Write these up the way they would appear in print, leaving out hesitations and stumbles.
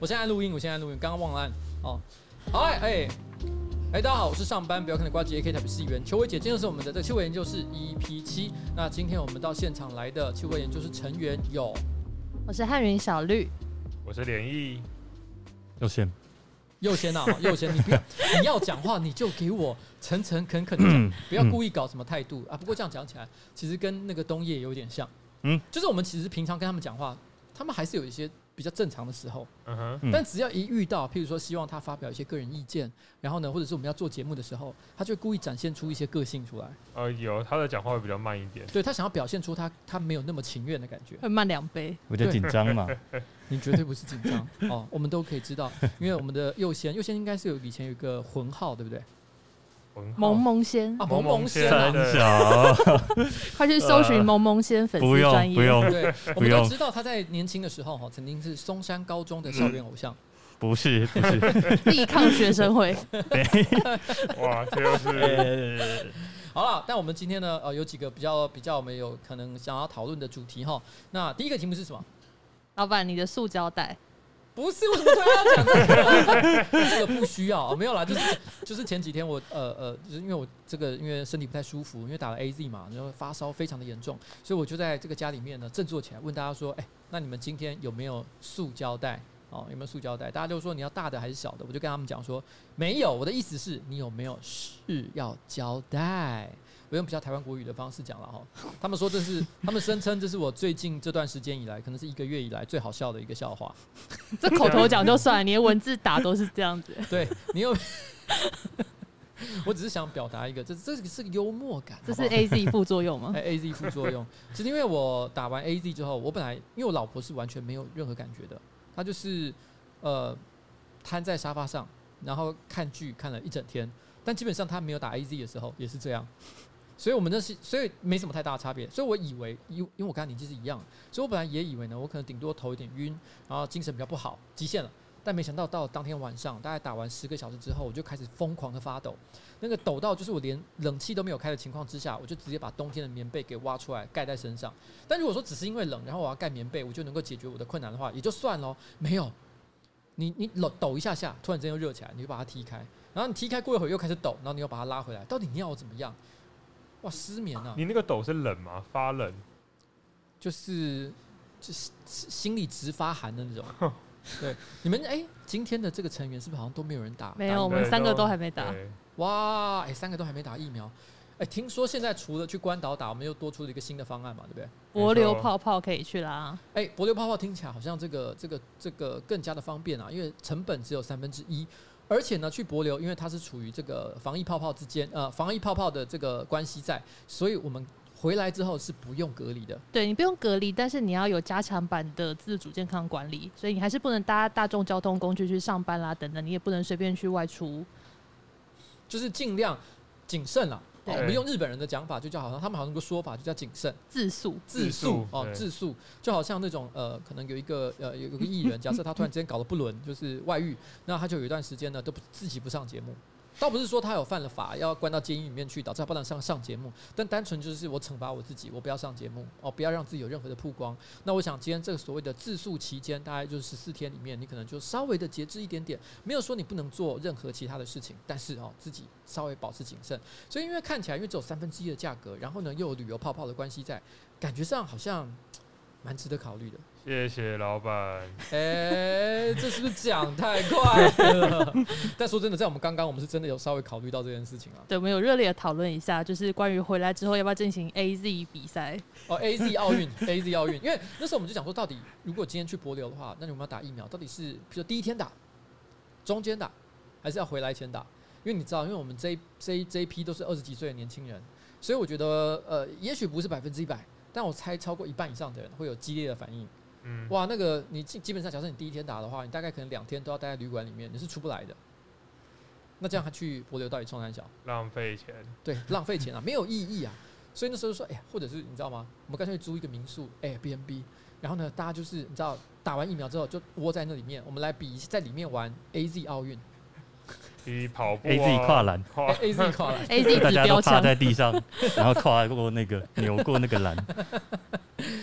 我现在录音，刚刚忘了按哦。好，大家好，我是上班不要看的呱吉 AK 台北市议员邱伟杰，今天是我们的这个气味研究室 EP7。那今天我们到现场来的气味研究室成员有， 我是汉云小绿， 我是连毅， 佑先啊，佑先，你要讲话你就给我诚诚恳恳的讲，不要故意搞什么态度啊。不过这样讲起来，其实跟那个东叶有点像，就是我们其实平常跟他们讲话，他们还是有一些比较正常的时候，但只要一遇到，譬如说希望他发表一些个人意见，然后呢，或者是我们要做节目的时候，他就会故意展现出一些个性出来。 有他的讲话会比较慢一点， 对，他想要表现出他没有那么情愿的感觉， 会慢2倍。 我就紧张嘛。 你绝对不是紧张哦，我们都可以知道，因为我们的佑先应该是以前有一个魂号，对不对？ 萌萌仙啊，萌萌仙三小， 快去搜寻萌萌仙粉丝专页。 不用， 对，我们都知道他在年轻的时候曾经是松山高中的校园偶像。 不是， 力抗学生会。 哇，这又是好了，但我们今天呢，有几个比较我们有可能想要讨论的主题哈。那第一个题目是什么？ 老板，你的塑胶袋。 不是，为什么突然要讲这个？这个不需要，没有啦，就是前几天我就是因为我因为身体不太舒服，因为打了 AZ 嘛，然后发烧非常的严重，所以我就在这个家里面呢振作起来，问大家说，那你们今天有没有塑胶袋？哦，有没有塑胶袋？大家就说你要大的还是小的？我就跟他们讲说没有，我的意思是你有没有是要胶带？我用比较台湾国语的方式讲了哈，他们说他们声称这是我最近这段时间以来，可能是1个月以来最好笑的一个笑话。 这口头讲就算了，你的文字打都是这样子。 对，你有，我只是想表达一个，这是个幽默感。 这是 AZ 副作用吗 ？AZ 副作用，其实因为我打完 AZ 之后，我本来因为我老婆是完全没有任何感觉的，她就是瘫在沙发上，然后看剧看了一整天，但基本上她没有打 AZ 的时候也是这样。所以没什么太大的差别，所以我以为，因为我跟他年纪是一样，所以我本来也以为呢，我可能顶多头有点晕，然后精神比较不好，极限了。但没想到到当天晚上，大概打完10个小时之后，我就开始疯狂的发抖，那个抖到就是我连冷气都没有开的情况之下，我就直接把冬天的棉被给挖出来盖在身上。但如果说只是因为冷，然后我要盖棉被，我就能够解决我的困难的话，也就算了。没有，你抖一下下，突然之间又热起来，你就把它踢开，然后你踢开过一会儿又开始抖，然后你又把它拉回来，到底你要我怎么样？哇，失眠啊！ 你那个抖是冷吗？发冷？就是心里直发寒的那种。对，你们今天的这个成员是不是好像都没有人打？ 没有，我们3个都还没打。 哇，3个都还没打疫苗。听说现在除了去关岛打，我们又多出了一个新的方案嘛，对不对？ 帛琉泡泡可以去啦。 帛琉泡泡听起来好像这个更加的方便啊，因为成本只有1/3。而且呢，去帛琉，因为它是处于这个防疫泡泡之间，防疫泡泡的这个关系在，所以我们回来之后是不用隔离的。 对，你不用隔离，但是你要有加强版的自主健康管理，所以你还是不能搭大众交通工具去上班啦，等等，你也不能随便去外出， 就是尽量谨慎啦。我们用日本人的讲法，就叫好像他们好像有个说法，就叫谨慎、 自诉， 自诉，就好像那种可能有一个艺人，假设他突然之间搞了不伦，就是外遇，那他就有一段时间呢都自己不上节目。倒不是说他有犯了法要关到监狱里面去，导致他不能上节目，但单纯就是我惩罚我自己，我不要上节目不要让自己有任何的曝光。那我想今天这个所谓的自诉期间，大概就是14天里面，你可能就稍微的节制一点点，没有说你不能做任何其他的事情，但是自己稍微保持谨慎。所以因为看起来因为只有1/3的价格，然后呢又有旅游泡泡的关系在，感觉上好像蛮值得考虑的。 谢谢老板。 这是不是讲太快了？但说真的，在我们刚刚，我们是真的有稍微考虑到这件事情啊。 对，我们有热烈的讨论一下，就是关于回来之后要不要进行 AZ 比赛。 AZ 奥运，因为那时候我们就讲说，到底如果今天去帛琉的话，那你有没有打疫苗？到底是比如第一天打，中间打，还是要回来前打？因为你知道，因为我们这一批都是20几岁的年轻人，所以我觉得也许不是100%，但我猜超过1半以上的人会有激烈的反应。哇，那个你基本上，假设你第一天打的话，你大概可能2天都要待在旅馆里面，你是出不来的。那这样他去帛琉到底冲三小？ 浪费钱。 对，浪费钱啊，没有意义啊。所以那时候说，或者是你知道吗？我们干脆租一个民宿，Airbnb，然后呢，大家就是你知道，打完疫苗之后就窝在那里面，我们来比在里面玩 AZ 奥运。 比跑步、 AZ 跨栏 ，AZ 跨栏 ，AZ 大家都趴在地上，然后跨过那个扭过那个栏。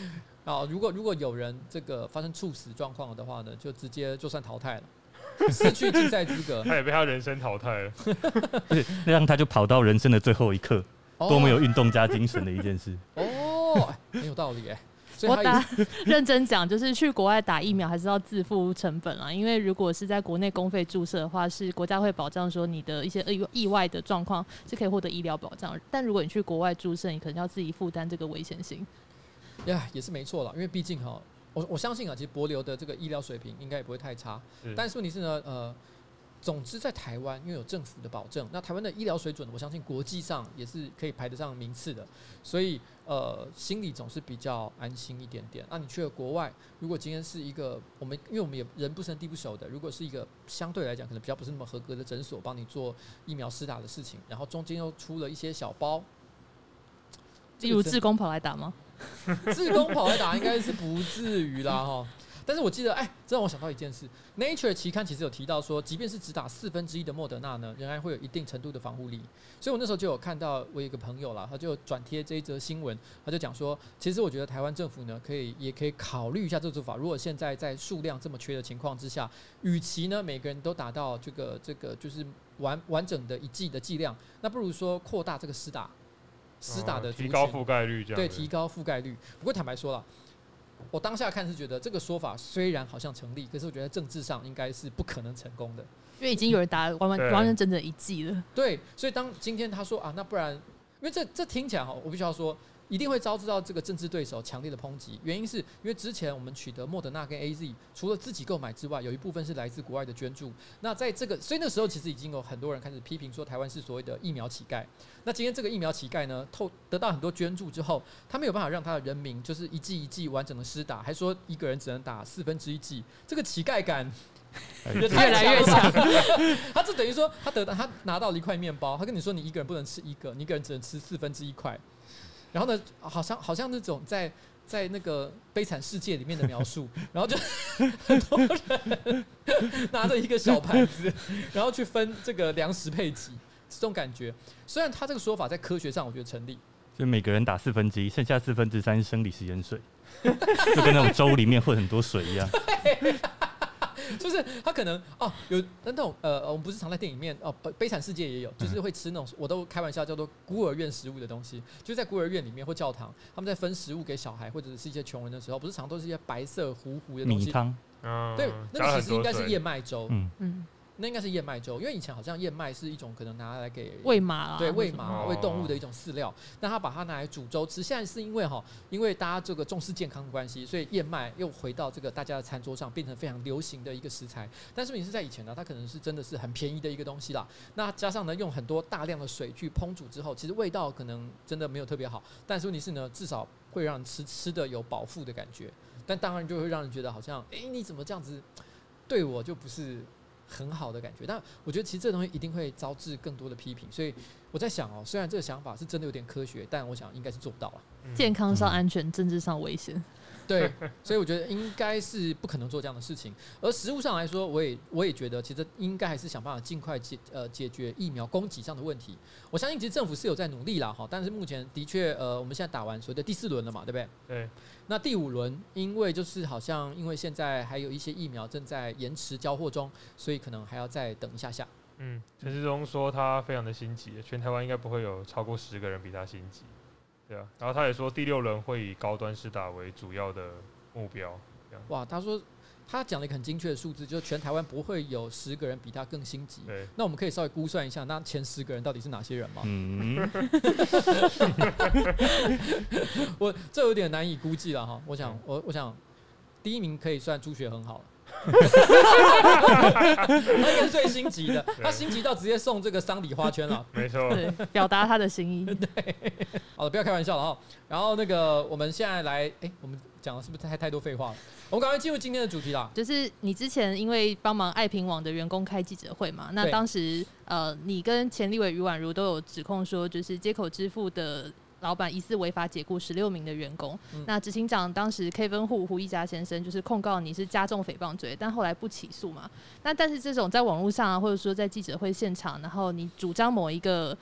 啊，如果有人这个发生猝死状况的话呢，就直接就算淘汰了，失去竞赛资格。 他也被他人生淘汰了。 那样他就跑到人生的最后一刻， 哦多么有运动家精神的一件事。 哦，很有道理哎。所以我认真讲，就是去国外打疫苗还是要自付成本啊，因为如果是在国内公费注射的话，是国家会保障说你的一些意外的状况是可以获得医疗保障，但如果你去国外注射，你可能要自己负担这个危险性。 呀，也是没错啦，因为毕竟哈，我相信啊，其实帛琉的这个医疗水平应该也不会太差，但是问题是呢，总之在台湾，因为有政府的保证，那台湾的医疗水准，我相信国际上也是可以排得上名次的，所以心里总是比较安心一点点。那你去了国外，如果今天是一个因为我们也人不生地不熟的，如果是一个相对来讲可能比较不是那么合格的诊所，帮你做疫苗施打的事情，然后中间又出了一些小包， 例如志工跑来打吗？ 志工跑来打应该是不至于啦哈。但是我记得，这让我想到一件事 ，Nature 期刊其实有提到说，即便是只打1/4的莫德纳呢，仍然会有一定程度的防护力。所以我那时候就有看到，我有一个朋友啦，他就转贴这一则新闻，他就讲说，其实我觉得台湾政府呢，也可以考虑一下这个做法。如果现在在数量这么缺的情况之下，与其呢每个人都打到这个就是完整的一剂的剂量，那不如说扩大这个施打的族群， 提高覆盖率这样。 对，提高覆盖率。不过坦白说了。我当下看是觉得这个说法虽然好像成立，可是我觉得政治上应该是不可能成功的， 因为已经有人打完整整一剂了。 对，所以当今天他说那不然，因为这听起来我必须要说，一定会招致到这个政治对手强烈的抨击。原因是因为之前我们取得莫德纳跟 AZ， 除了自己购买之外，有一部分是来自国外的捐助。那在这个，所以那时候其实已经有很多人开始批评说，台湾是所谓的疫苗乞丐。那今天这个疫苗乞丐呢，得到很多捐助之后，他没有办法让他的人民就是一剂一剂完整的施打，还说一个人只能打1/4剂，这个乞丐感也太强了吧。他这等于说他拿到了一块面包，他跟你说你一个人不能吃一个，你一个人只能吃1/4块。然后呢，好像那种在那个悲惨世界里面的描述，然后就很多人拿着一个小盘子，然后去分这个粮食配给，这种感觉。虽然他这个说法在科学上我觉得成立，就每个人打1/4，剩下3/4是生理食盐水，就跟那种粥里面混很多水一样。 就是他可能有那种我们不是常在电影里面悲惨世界也有，就是会吃那种我都开玩笑叫做孤儿院食物的东西，就是在孤儿院里面或教堂，他们在分食物给小孩或者是一些穷人的时候，不是常都是一些白色糊糊的东西， 米汤， 对，那个其实应该是燕麦粥，那应该是燕麦粥，因为以前好像燕麦是一种可能拿来给喂马， 对，喂马喂动物的一种饲料，那他把它拿来煮粥吃。现在是因为大家这个重视健康的关系，所以燕麦又回到这个大家的餐桌上，变成非常流行的一个食材。但是你是在以前呢，它可能是真的是很便宜的一个东西啦。那加上呢，用很多大量的水去烹煮之后，其实味道可能真的没有特别好。但是问题是呢，至少会让人吃的有饱腹的感觉。但当然就会让人觉得好像，你怎么这样子对我就不是很好的感觉。但我觉得其实这东西一定会招致更多的批评，所以我在想虽然这个想法是真的有点科学，但我想应该是做不到了。 健康上安全，政治上危险。 对，所以我觉得应该是不可能做这样的事情。而实务上来说，我也觉得其实应该还是想办法尽快解决疫苗供给上的问题。我相信其实政府是有在努力啦，但是目前的确我们现在打完所谓的第4轮了嘛，对不对？ 对。 那第5轮，因为就是好像因为现在还有一些疫苗正在延迟交货中，所以可能还要再等一下下。 陈时中说他非常的心急，全台湾应该不会有超过10个人比他心急。对啊，然后他也说第6轮会以高端施打为主要的目标。 哇，他说他讲了一个很精确的数字，就是全台湾不会有10个人比他更心急。 对， 那我们可以稍微估算一下，那前10个人到底是哪些人吗？我这有点难以估计了哈。我想第1名可以算朱学恒好了。他应该是最心急的，他心急到直接送这个丧礼花圈了。 没错， 对，表达他的心意。 对，好了，不要开玩笑了哈。然后那个，我们现在来，我们讲的是不是太多废话了？我们赶快进入今天的主题啦。 就是你之前因为帮忙爱平网的员工开记者会嘛，那当时你跟前立委余婉如都有指控说，就是街口支付的老板疑似违法解雇16名的员工。那执行长当时 Kevin 胡一家先生就是控告你是加重诽谤罪，但后来不起诉嘛。但是这种在网络上或者说在记者会现场，然后你主张某一个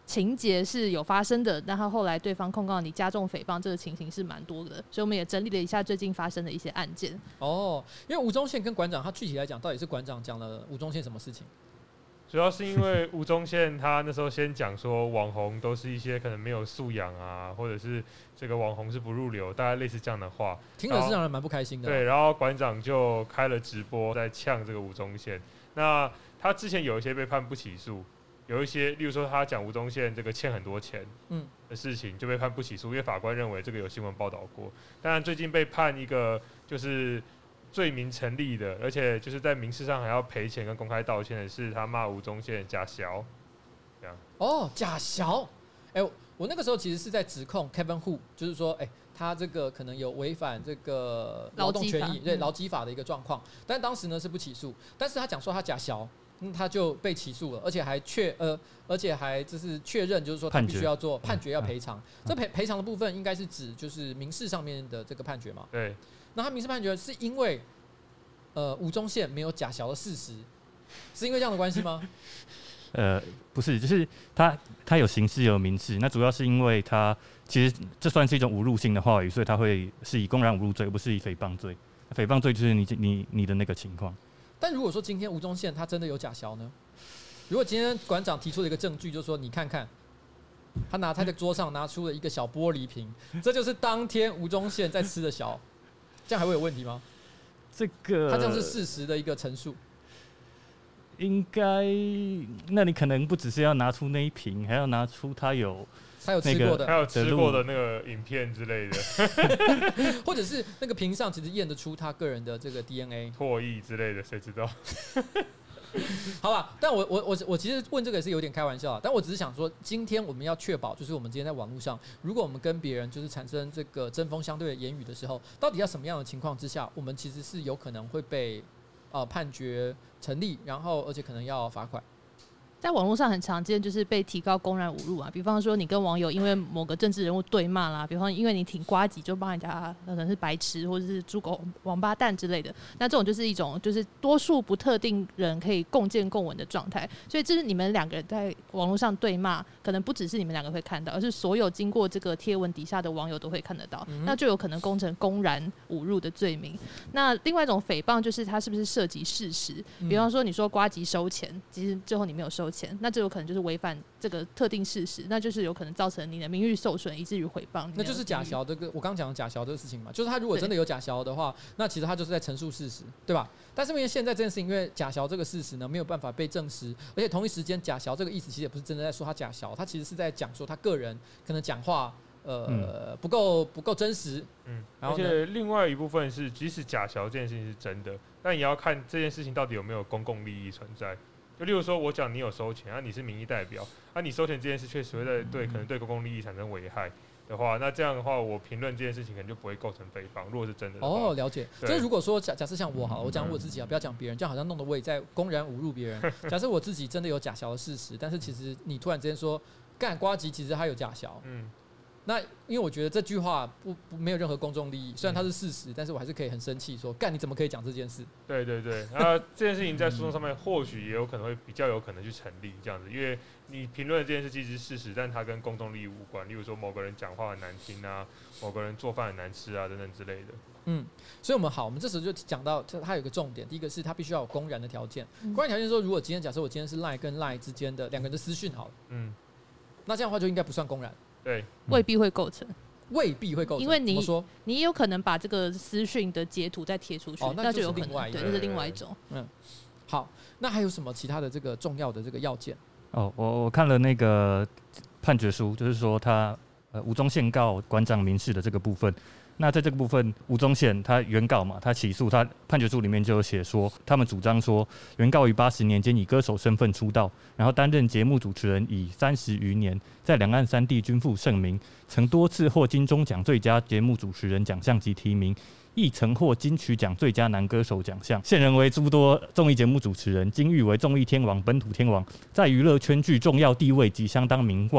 情节是有发生的，但他后来对方控告你加重诽谤，这个情形是蛮多的，所以我们也整理了一下最近发生的一些案件。 因为吴宗宪跟馆长，他具体来讲，到底是馆长讲了吴宗宪什么事情？ 主要是因为吴宗宪他那时候先讲说网红都是一些可能没有素养啊，或者是这个网红是不入流，大概类似这样的话， 听了是让人蛮不开心的。 对，然后馆长就开了直播在呛这个吴宗宪。那他之前有一些被判不起诉，有一些例如说他讲吴宗宪这个欠很多钱的事情就被判不起诉，因为法官认为这个有新闻报道过。当然最近被判一个就是罪名成立的，而且就是在民事上还要赔钱跟公开道歉的是他骂吴宗宪假小，这样。 假小，我那个时候其实是在指控 Kevin Hu， 就是说，他这个可能有违反这个劳动权益劳基法的一个状况，但当时呢是不起诉，但是他讲说他假小，他就被起诉了，而且还就是确认，就是说他必须要做判决要赔偿。这赔偿的部分应该是指就是民事上面的这个判决嘛？ 对。 那他民事判决是因为吴宗宪没有假小的事实，是因为这样的关系吗？ 不是，就是他有刑事也有民事，那主要是因为他其实这算是一种侮辱性的话语，所以他会是以公然侮辱罪，而不是以诽谤罪。诽谤罪就是你的那个情况。 但如果说今天吴宗宪他真的有假小呢？如果今天馆长提出了一个证据，就是说你看看，他在桌上拿出了一个小玻璃瓶，这就是当天吴宗宪在吃的小。这样还会有问题吗？ 这个他这样是事实的一个陈述， 应该，那你可能不只是要拿出那一瓶，还要拿出他有吃过的， 还有吃过的那个影片之类的， 或者是那个瓶上其实验得出他个人的这个 DNA 唾液之类的，谁知道？ 好吧，但我其实问这个也是有点开玩笑，但我只是想说，今天我们要确保，就是我们今天在网络上，如果我们跟别人就是产生这个针锋相对的言语的时候，到底要什么样的情况之下，我们其实是有可能会被判决成立，然后而且可能要罚款。 在网络上很常见，就是被提高公然侮辱啊，比方说你跟网友因为某个政治人物对骂啦，比方因为你挺呱吉就帮人家可能是白痴或者是猪狗王八蛋之类的，那这种就是一种就是多数不特定人可以共建共闻的状态，所以这是你们两个人在网络上对骂，可能不只是你们两个会看到，而是所有经过这个贴文底下的网友都会看得到，那就有可能构成公然侮辱的罪名。那另外一种诽谤就是它是不是涉及事实，比方说你说呱吉收钱，其实最后你没有收钱，那这有可能就是违反这个特定事实，那就是有可能造成你的名誉受损，以至于诽谤。 那就是假小这个我刚讲的假小这个事情嘛，就是他如果真的有假小的话，那其实他就是在陈述事实，对吧？但是因为现在这件事情，因为假小这个事实呢没有办法被证实，而且同一时间假小这个意思其实也不是真的在说他假小，他其实是在讲说他个人可能讲话不够真实。 然后而且另外一部分是，即使假小这件事情是真的，但也要看这件事情到底有没有公共利益存在。就例如说，我讲你有收钱，你是民意代表，你收钱这件事确实会可能对公共利益产生危害的话，那这样的话，我评论这件事情可能就不会构成诽谤。如果是真的的话， 了解。就是如果说假设像我好了，我讲我自己不要讲别人，这样好像弄得我也在公然侮辱别人。假设我自己真的有假小的事实，但是其实你突然之间说干呱吉，其实他有假小，那因为我觉得这句话没有任何公众利益，虽然它是事实，但是我还是可以很生气说干你怎么可以讲这件事？ 对对对，那这件事情在诉讼上面或许也有可能会比较有可能去成立这样子，因为你评论的这件事其实是事实，但它跟公众利益无关，例如说某个人讲话很难听啊，某个人做饭很难吃啊等等之类的。 所以我们这时候就讲到它有一个重点，第一个是它必须要有公然的条件，公然条件说，如果今天假设我今天是 LINE 跟 LINE 之间的两个人的私讯好了，那这样的话就应该不算公然。 对， 未必会构成， 因为你有可能把这个私讯的截图再贴出去，那就有可能，对，这是另外一种。 好，那还有什么其他的这个重要的这个要件？ 我看了那个判决书，就是说他吴宗宪告馆长民事的这个部分。那在这个部分，吴宗宪他原告嘛，他起诉，他判决书里面就有写说，他们主张说，原告于80年间以歌手身份出道，然后担任节目主持人已30余年，在两岸三地均负盛名，曾多次获金钟奖最佳节目主持人奖项及提名，亦曾获金曲奖最佳男歌手奖项。现任为诸多综艺节目主持人，今誉为综艺天王、本土天王，在娱乐圈具重要地位及相当名望。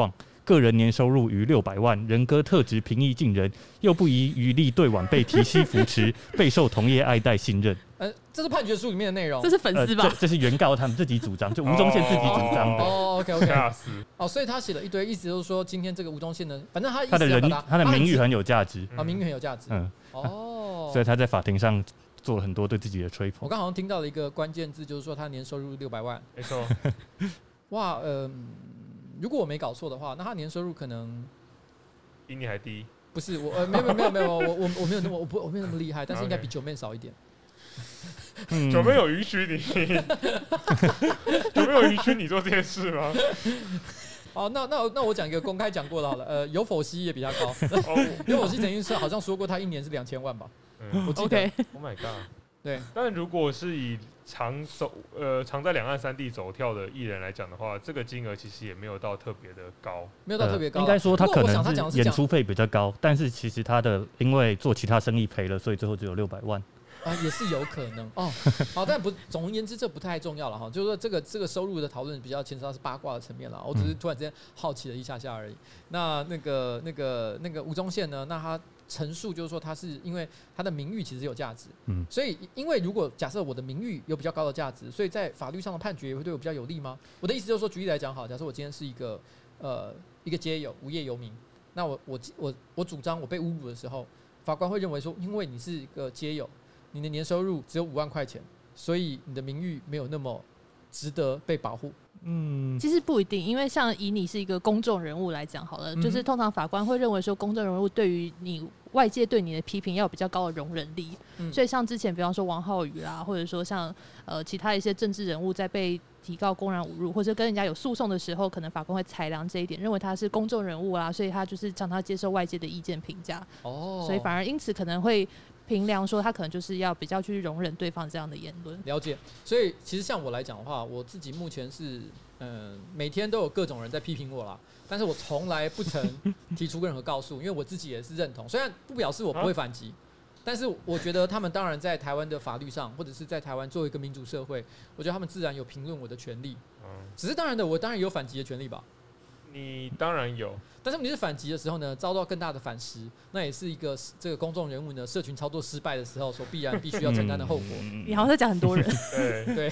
个人年收入逾600万，人格特质平易近人，又不遗余力对晚辈提携扶持，备受同业爱戴信任。 这是判决书里面的内容， 这是粉丝吧？ 这是原告他们自己主张，就吴宗宪自己主张的。 OK， 吓死！ 所以他写了一堆，意思就是说，今天这个吴宗宪呢，反正他的名誉很有价值， 名誉很有价值。 所以他在法庭上做了很多对自己的吹捧。 我刚好像听到了一个关键字，就是说他年收入600万。 没错。 哇，如果我没搞错的话，那他年收入可能比你还低。 不是我，没有，我没有那么我没有那么厉害，但是应该比九妹少一点。 九妹有允许你？九妹有允许你做这件事吗？ 好，那我讲一个公开讲过的好了。有否西也比他高。有否西曾经是好像说过他一年是2000万吧？我记得。 Oh my god！ 对。 但如果是以常在两岸三地走跳的艺人来讲的话，这个金额其实也没有到特别的高， 没有到特别高。 应该说他可能是演出费比较高，但是其实他的因为做其他生意赔了，所以最后只有600万。 也是有可能哦。好，但不，总而言之，这不太重要了哈。就是说，这个收入的讨论比较牵扯到是八卦的层面了。我只是突然之间好奇了一下而已。那个吴宗宪呢？那他陈述就是说，他是因为他的名誉其实有价值，所以因为如果假设我的名誉有比较高的价值，所以在法律上的判决也会对我比较有利吗？我的意思就是说，举例来讲，好，假设我今天是一个街友、无业游民，那我主张我被侮辱的时候，法官会认为说，因为你是一个街友。你的年收入只有5万块钱，所以你的名誉没有那么值得被保护。 其实不一定，因为像以你是一个公众人物来讲好了，就是通常法官会认为说，公众人物对于你外界对你的批评要有比较高的容忍力。所以像之前比方说王浩宇啦，或者说像其他一些政治人物在被提告公然侮辱，或者跟人家有诉讼的时候，可能法官会裁量这一点，认为他是公众人物啦，所以他就是常常接受外界的意见评价。所以反而因此可能会评量说他可能就是要比较去容忍对方这样的言论。 了解。所以其实像我来讲的话，我自己目前是每天都有各种人在批评我啦，但是我从来不曾提出任何告诉，因为我自己也是认同，虽然不表示我不会反击，但是我觉得他们当然在台湾的法律上，或者是在台湾作为一个民主社会，我觉得他们自然有评论我的权利。只是当然的，我当然有反击的权利吧。 你当然有， 但是你是反击的时候呢，遭到更大的反噬，那也是一个这个公众人物呢，社群操作失败的时候所必须要承担的后果。 你好像在讲很多人， 对，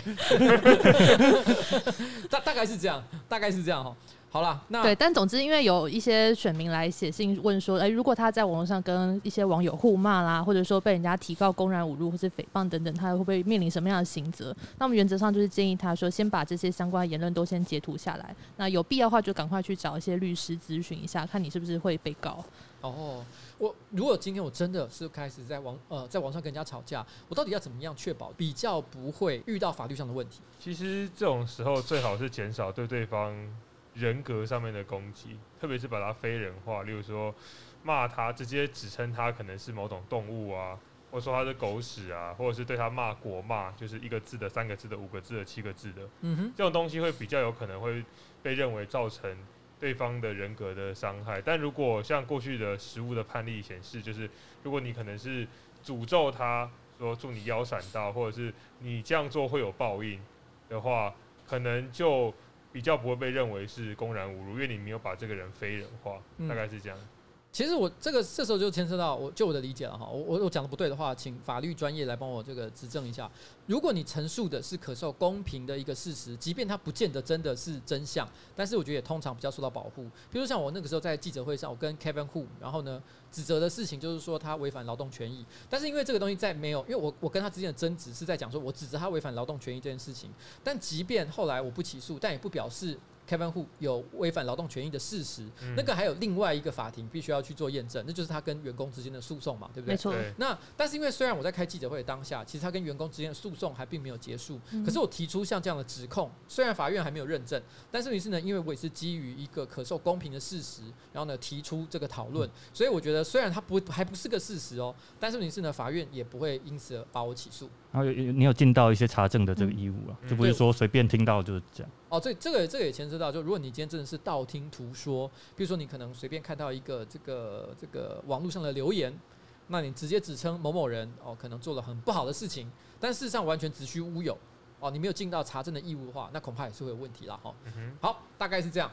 大概是这样，哈。好啦，那对，但总之，因为有一些选民来写信问说，如果他在网络上跟一些网友互骂啦，或者说被人家提告公然侮辱或是诽谤等等，他会不会面临什么样的刑责？那我们原则上就是建议他说，先把这些相关的言论都先截图下来，那有必要的话就赶快去找一些律师咨询一下，看你是不是会被告。 我如果今天我真的是开始在网上跟人家吵架，我到底要怎么样确保比较不会遇到法律上的问题？ 其实这种时候最好是减少对对方人格上面的攻击，特别是把它非人化，例如说骂他，直接指称他可能是某种动物啊，或者说他是狗屎啊，或者是对他骂国骂，就是1个字的、3个字的、5个字的、7个字的，这种东西会比较有可能会被认为造成对方的人格的伤害。但如果像过去的实务的判例显示，就是如果你可能是诅咒他，说祝你腰闪到，或者是你这样做会有报应的话，可能就比较不会被认为是公然侮辱，因为你没有把这个人非人化，大概是这样。 其实我这时候就牵涉到我的理解了哈，我讲的不对的话，请法律专业来帮我这个指正一下。如果你陈述的是可受公平的一个事实，即便它不见得真的是真相，但是我觉得也通常比较受到保护。比如像我那个时候在记者会上，我跟 Kevin Hu， 然后呢指责的事情就是说他违反劳动权益，但是因为这个东西在没有，因为我跟他之间的争执是在讲说我指责他违反劳动权益这件事情，但即便后来我不起诉，但也不表示Kevin Hu 有违反劳动权益的事实，那个还有另外一个法庭必须要去做验证，那就是他跟员工之间的诉讼嘛，对不对？ 没错。 那但是因为虽然我在开记者会的当下，其实他跟员工之间的诉讼还并没有结束，可是我提出像这样的指控，虽然法院还没有认证，但是问题是呢，因为我也是基于一个可受公平的事实，然后呢提出这个讨论，所以我觉得虽然它还不是个事实哦，但是问题是呢，法院也不会因此而把我起诉。 然后你有尽到一些查证的这个义务了，就不是说随便听到就是这样。 这个也牵涉到，就如果你今天真的是道听途说，比如说你可能随便看到一个这个网络上的留言，那你直接指称某某人可能做了很不好的事情，但事实上完全子虚乌有你没有尽到查证的义务的话，那恐怕也是会有问题啦。好，大概是这样。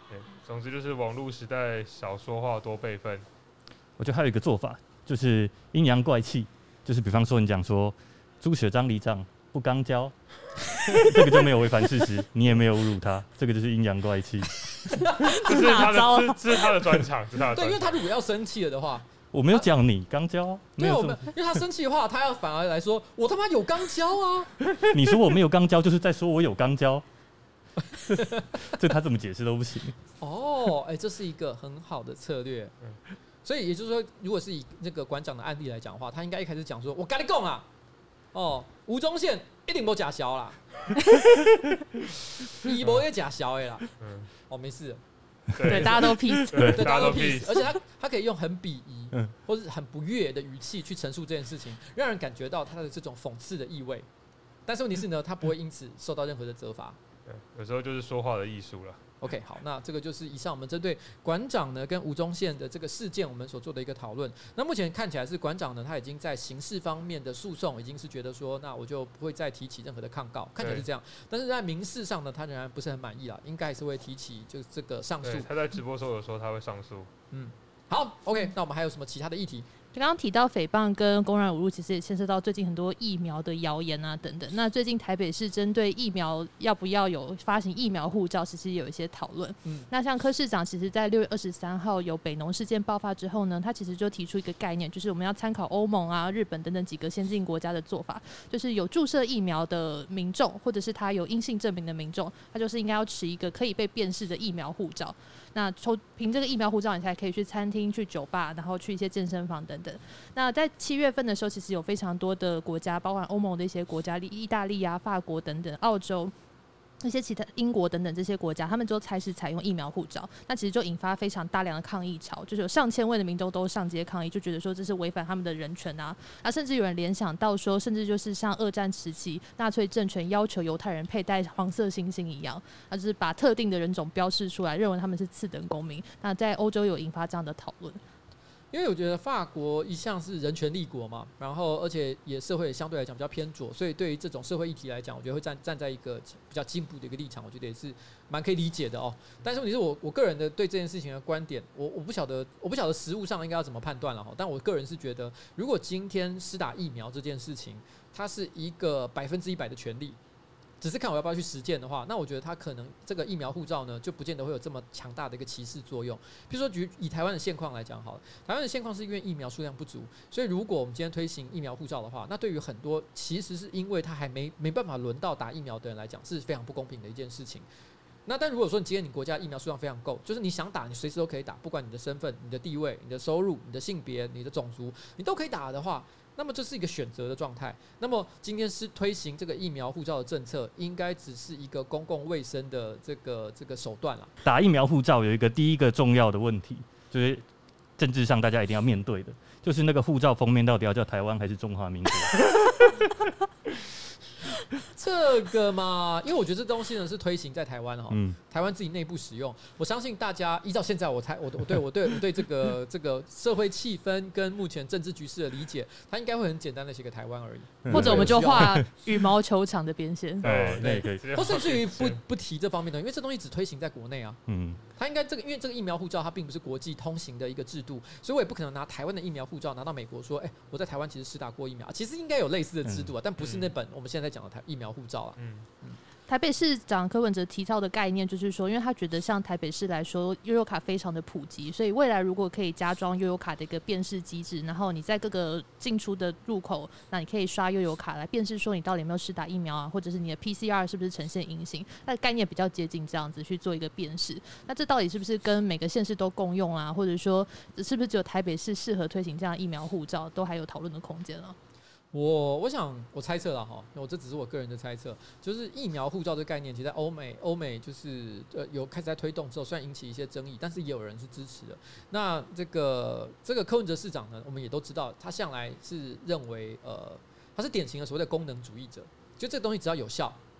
总之就是网络时代少说话多备份。 我觉得还有一个做法就是阴阳怪气，就是比方说你讲说朱学章里长不刚交，这个就没有违反事实，你也没有侮辱他，这个就是阴阳怪气。 这是他的专场， 对，因为他如果要生气了的话， 我没有讲你刚交啊， 没有，因为他生气的话，他要反而来说，我他妈有刚交啊！ 你说我没有刚交，就是在说我有刚交，这他怎么解释都不行。 哦，这是一个很好的策略。所以也就是说，如果是以那个馆长的案例来讲的话，他应该一开始讲说，我跟你讲啊，吴宗宪一定没假小啦，伊无也假小的啦。没事。 对，大家都 peace， 对，大家都 peace， 而且他可以用很鄙夷或者很不悦的语气去陈述这件事情，让人感觉到他的这种讽刺的意味。但是问题是呢，他不会因此受到任何的责罚。 有时候就是说话的艺术了。 OK， 好，那这个就是以上我们针对馆长呢跟吴宗宪的这个事件，我们所做的一个讨论。那目前看起来是馆长呢，他已经在刑事方面的诉讼已经是觉得说，那我就不会再提起任何的抗告，看起来是这样。但是在民事上呢，他仍然不是很满意啦，应该还是会提起就是这个上诉。 他在直播的时候有说他会上诉。 好 ，OK， 那我们还有什么其他的议题？ 刚刚提到诽谤跟公然侮辱，其实也牵涉到最近很多疫苗的谣言啊等等。那最近台北市针对疫苗要不要有发行疫苗护照，其实也有一些讨论。那像柯市长，其实在6月23号有北农事件爆发之后呢，他其实就提出一个概念，就是我们要参考欧盟啊、日本等等几个先进国家的做法，就是有注射疫苗的民众，或者是他有阴性证明的民众，他就是应该要持一个可以被辨识的疫苗护照。那凭这个疫苗护照，你才可以去餐厅、去酒吧，然后去一些健身房等等。那在7月份的时候，其实有非常多的国家，包括欧盟的一些国家，意大利啊、法国等等、澳洲。一些其他英国等等这些国家，他们就开始采用疫苗护照，那其实就引发非常大量的抗议潮，就是有上千位的民众都上街抗议，就觉得说这是违反他们的人权啊，甚至有人联想到说，甚至就是像二战时期纳粹政权要求犹太人佩戴黄色星星一样，就是把特定的人种标示出来，认为他们是次等公民。那在欧洲有引发这样的讨论。 因为我觉得法国一向是人权立国嘛，然后而且也社会相对来讲比较偏左，所以对于这种社会议题来讲，我觉得会站在一个比较进步的一个立场，我觉得也是蛮可以理解的哦。但是问题是我个人的对这件事情的观点，我不晓得实务上应该要怎么判断了哈。但我个人是觉得，如果今天施打疫苗这件事情，它是一个100%的权利。只是看我要不要去实践的话，那我觉得他可能这个疫苗护照呢，就不见得会有这么强大的一个歧视作用。比如说以台湾的现况来讲好了，台湾的现况是因为疫苗数量不足，所以如果我们今天推行疫苗护照的话，那对于很多其实是因为他还没办法轮到打疫苗的人来讲，是非常不公平的一件事情。那但如果说你今天你国家疫苗数量非常够，就是你想打你随时都可以打，不管你的身份、你的地位、你的收入、你的性别、你的种族，你都可以打的话，那么这是一个选择的状态。那么今天是推行这个疫苗护照的政策，应该只是一个公共卫生的这个手段啦。 打疫苗护照有一个第一个重要的问题，就是政治上大家一定要面对的，就是那个护照封面到底要叫台湾还是中华民国？ 这个嘛，因为我觉得这东西呢是推行在台湾哈，台湾自己内部使用。我相信大家依照现在我对这个社会气氛跟目前政治局势的理解，它应该会很简单的写个台湾而已， 或者我们就画羽毛球场的边线， 对，可以， 或甚至于不提这方面的，因为这东西只推行在国内啊。它应该因为这个疫苗护照它并不是国际通行的一个制度，所以我也不可能拿台湾的疫苗护照拿到美国说，我在台湾其实施打过疫苗，其实应该有类似的制度啊，但不是那本我们现在讲的疫苗护照啊。 台北市长柯文哲提到的概念就是说，因为他觉得像台北市来说，悠游卡非常的普及，所以未来如果可以加装悠游卡的一个辨识机制，然后你在各个进出的入口，那你可以刷悠游卡来辨识说你到底有没有施打疫苗啊，或者是你的 PCR 是不是呈现阴性，那概念比较接近这样子去做一个辨识。那这到底是不是跟每个县市都共用啊，或者说是不是只有台北市适合推行这样的疫苗护照，都还有讨论的空间啊？ 我想我猜测了哈，我这只是我个人的猜测，就是疫苗护照这个概念，其实在欧美就是有开始在推动之后，虽然引起一些争议，但是也有人是支持的。那这个柯文哲市长呢，我们也都知道，他向来是认为他是典型的所谓的功能主义者，就这个东西只要有效，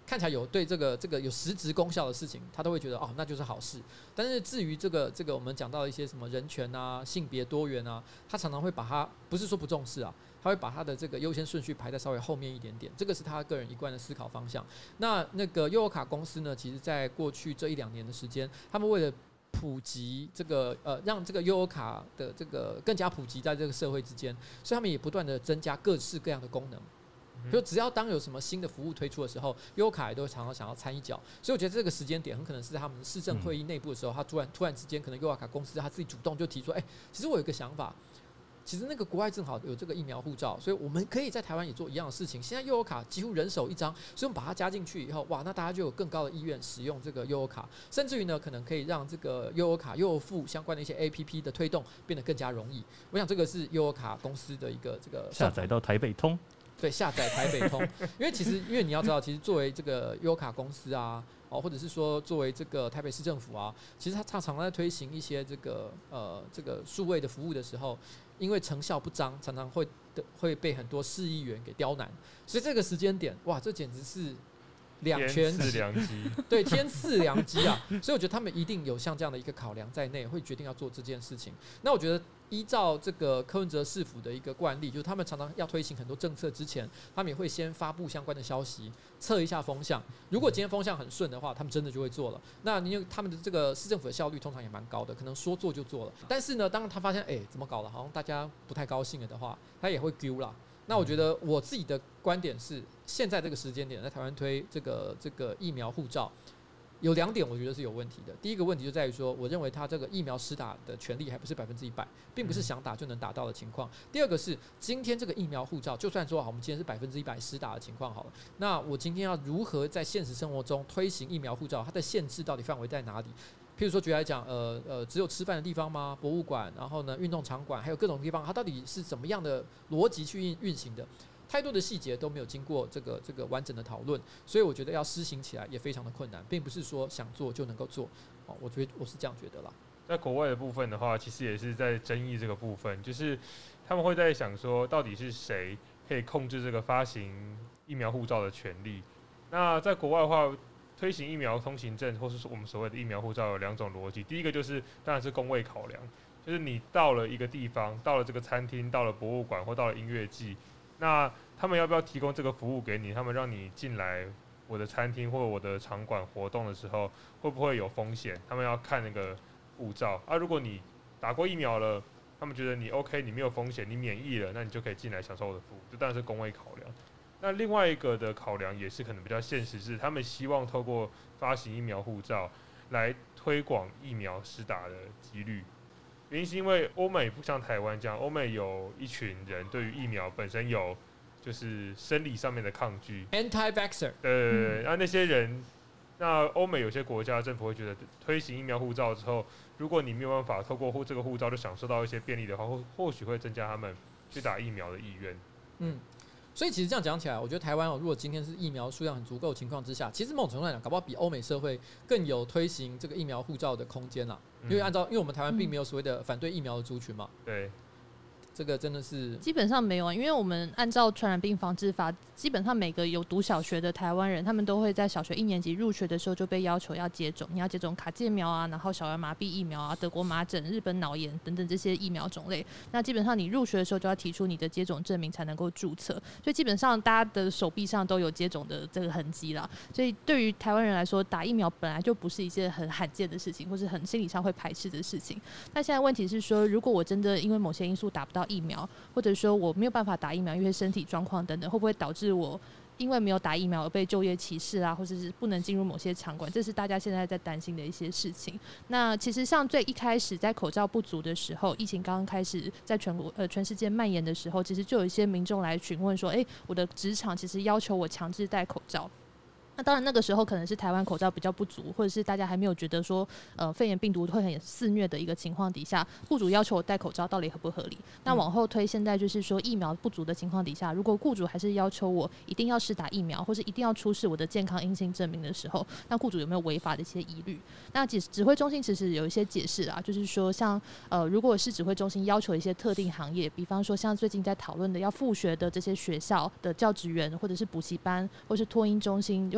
看起来有对这个有实质功效的事情，他都会觉得那就是好事。但是至于这个我们讲到一些什么人权啊、性别多元啊，他常常会把它不是说不重视啊，他会把他的这个优先顺序排在稍微后面一点点，这个是他个人一贯的思考方向。那个悠游卡公司呢，其实在过去这1-2年的时间，他们为了普及这个让这个悠游卡的这个更加普及在这个社会之间，所以他们也不断的增加各式各样的功能。就只要当有什么新的服务推出的时候，悠游卡也都会常常想要掺一脚，所以我觉得这个时间点很可能是他们市政会议内部的时候，他突然之间，可能悠游卡公司他自己主动就提出，其实我有一个想法，其实那个国外正好有这个疫苗护照，所以我们可以在台湾也做一样的事情。现在悠游卡几乎人手一张，所以我们把它加进去以后，哇，那大家就有更高的意愿使用这个悠游卡，甚至于呢，可能可以让这个悠游卡、悠游付相关的一些 APP 的推动变得更加容易。我想这个是悠游卡公司的一个这个下载到台北通。 对，下载台北通，因为你要知道，其实作为这个悠游卡公司啊，或者是说作为这个台北市政府啊，其实他常常在推行一些这个数位的服务的时候，因为成效不彰，常常会被很多市议员给刁难，所以这个时间点，哇，这简直是两全天赐良机， 对，天赐良机啊！所以我觉得他们一定有像这样的一个考量在内，会决定要做这件事情。那我觉得依照这个柯文哲市府的一个惯例，就是他们常常要推行很多政策之前，他们也会先发布相关的消息，测一下风向。如果今天风向很顺的话，他们真的就会做了。那他们的这个市政府的效率通常也蛮高的，可能说做就做了。但是呢，当他发现怎么搞了，好像大家不太高兴了的话，他也会丢啦。那我觉得我自己的观点是，现在这个时间点在台湾推这个疫苗护照，有2点我觉得是有问题的。第一个问题就在于说，我认为他这个疫苗施打的权利还不是100%，并不是想打就能打到的情况。第二个是，今天这个疫苗护照，就算说好，我们今天是100%施打的情况好了，那我今天要如何在现实生活中推行疫苗护照？它的限制到底范围在哪里？譬如说，举例来讲，只有吃饭的地方吗？博物馆，然后呢，运动场馆，还有各种地方，它到底是怎么样的逻辑去运行的？太多的细节都没有经过这个完整的讨论，所以我觉得要施行起来也非常的困难，并不是说想做就能够做。我觉得我是这样觉得啦。 在国外的部分的话，其实也是在争议这个部分，就是他们会在想说，到底是谁可以控制这个发行疫苗护照的权利？那在国外的话，推行疫苗通行证，或是说我们所谓的疫苗护照，有2种逻辑。第一个就是当然是公卫考量，就是你到了一个地方，到了这个餐厅，到了博物馆或到了音乐季，那他们要不要提供这个服务给你？他们让你进来我的餐厅或者我的场馆活动的时候，会不会有风险？他们要看那个护照啊。如果你打过疫苗了，他们觉得你 OK， 你没有风险，你免疫了，那你就可以进来享受我的服务。这当然是公卫考量。那另外一个的考量也是可能比较现实，是他们希望透过发行疫苗护照来推广疫苗施打的几率。原因是因为欧美不像台湾这样，欧美有一群人对于疫苗本身有就是生理上面的抗拒 ，anti-vaxxer。 那些人，那欧美有些国家政府会觉得推行疫苗护照之后，如果你没有办法透过这个护照就享受到一些便利的话，或许会增加他们去打疫苗的意愿。 所以其实这样讲起来，我觉得台湾如果今天是疫苗数量很足够的情况之下，其实某种程度来讲，搞不好比欧美社会更有推行这个疫苗护照的空间啦。因为我们台湾并没有所谓的反对疫苗的族群嘛。 对。 这个真的是基本上没有啊，因为我们按照传染病防治法，基本上每个有读小学的台湾人，他们都会在小学1年级入学的时候就被要求要接种，你要接种卡介苗啊，然后小儿麻痹疫苗啊，德国麻疹、日本脑炎等等这些疫苗种类。那基本上你入学的时候就要提出你的接种证明才能够注册，所以基本上大家的手臂上都有接种的这个痕迹啦。所以对于台湾人来说，打疫苗本来就不是一件很罕见的事情，或是很心理上会排斥的事情。那现在问题是说，如果我真的因为某些因素打不到疫苗，或者说我没有办法打疫苗，因为身体状况等等，会不会导致我因为没有打疫苗而被就业歧视啊，或者是不能进入某些场馆？这是大家现在在担心的一些事情。那其实像最一开始在口罩不足的时候，疫情刚刚开始在全世界蔓延的时候，其实就有一些民众来询问说，我的职场其实要求我强制戴口罩。那当然，那个时候可能是台湾口罩比较不足，或者是大家还没有觉得说，肺炎病毒会很肆虐的一个情况底下，雇主要求我戴口罩到底合不合理？那往后推，现在就是说疫苗不足的情况底下，如果雇主还是要求我一定要施打疫苗，或是一定要出示我的健康阴性证明的时候，那雇主有没有违法的一些疑虑？那指挥中心其实有一些解释啊，就是说像如果是指挥中心要求一些特定行业，比方说像最近在讨论的要复学的这些学校的教职员，或者是补习班，或是托婴中心，又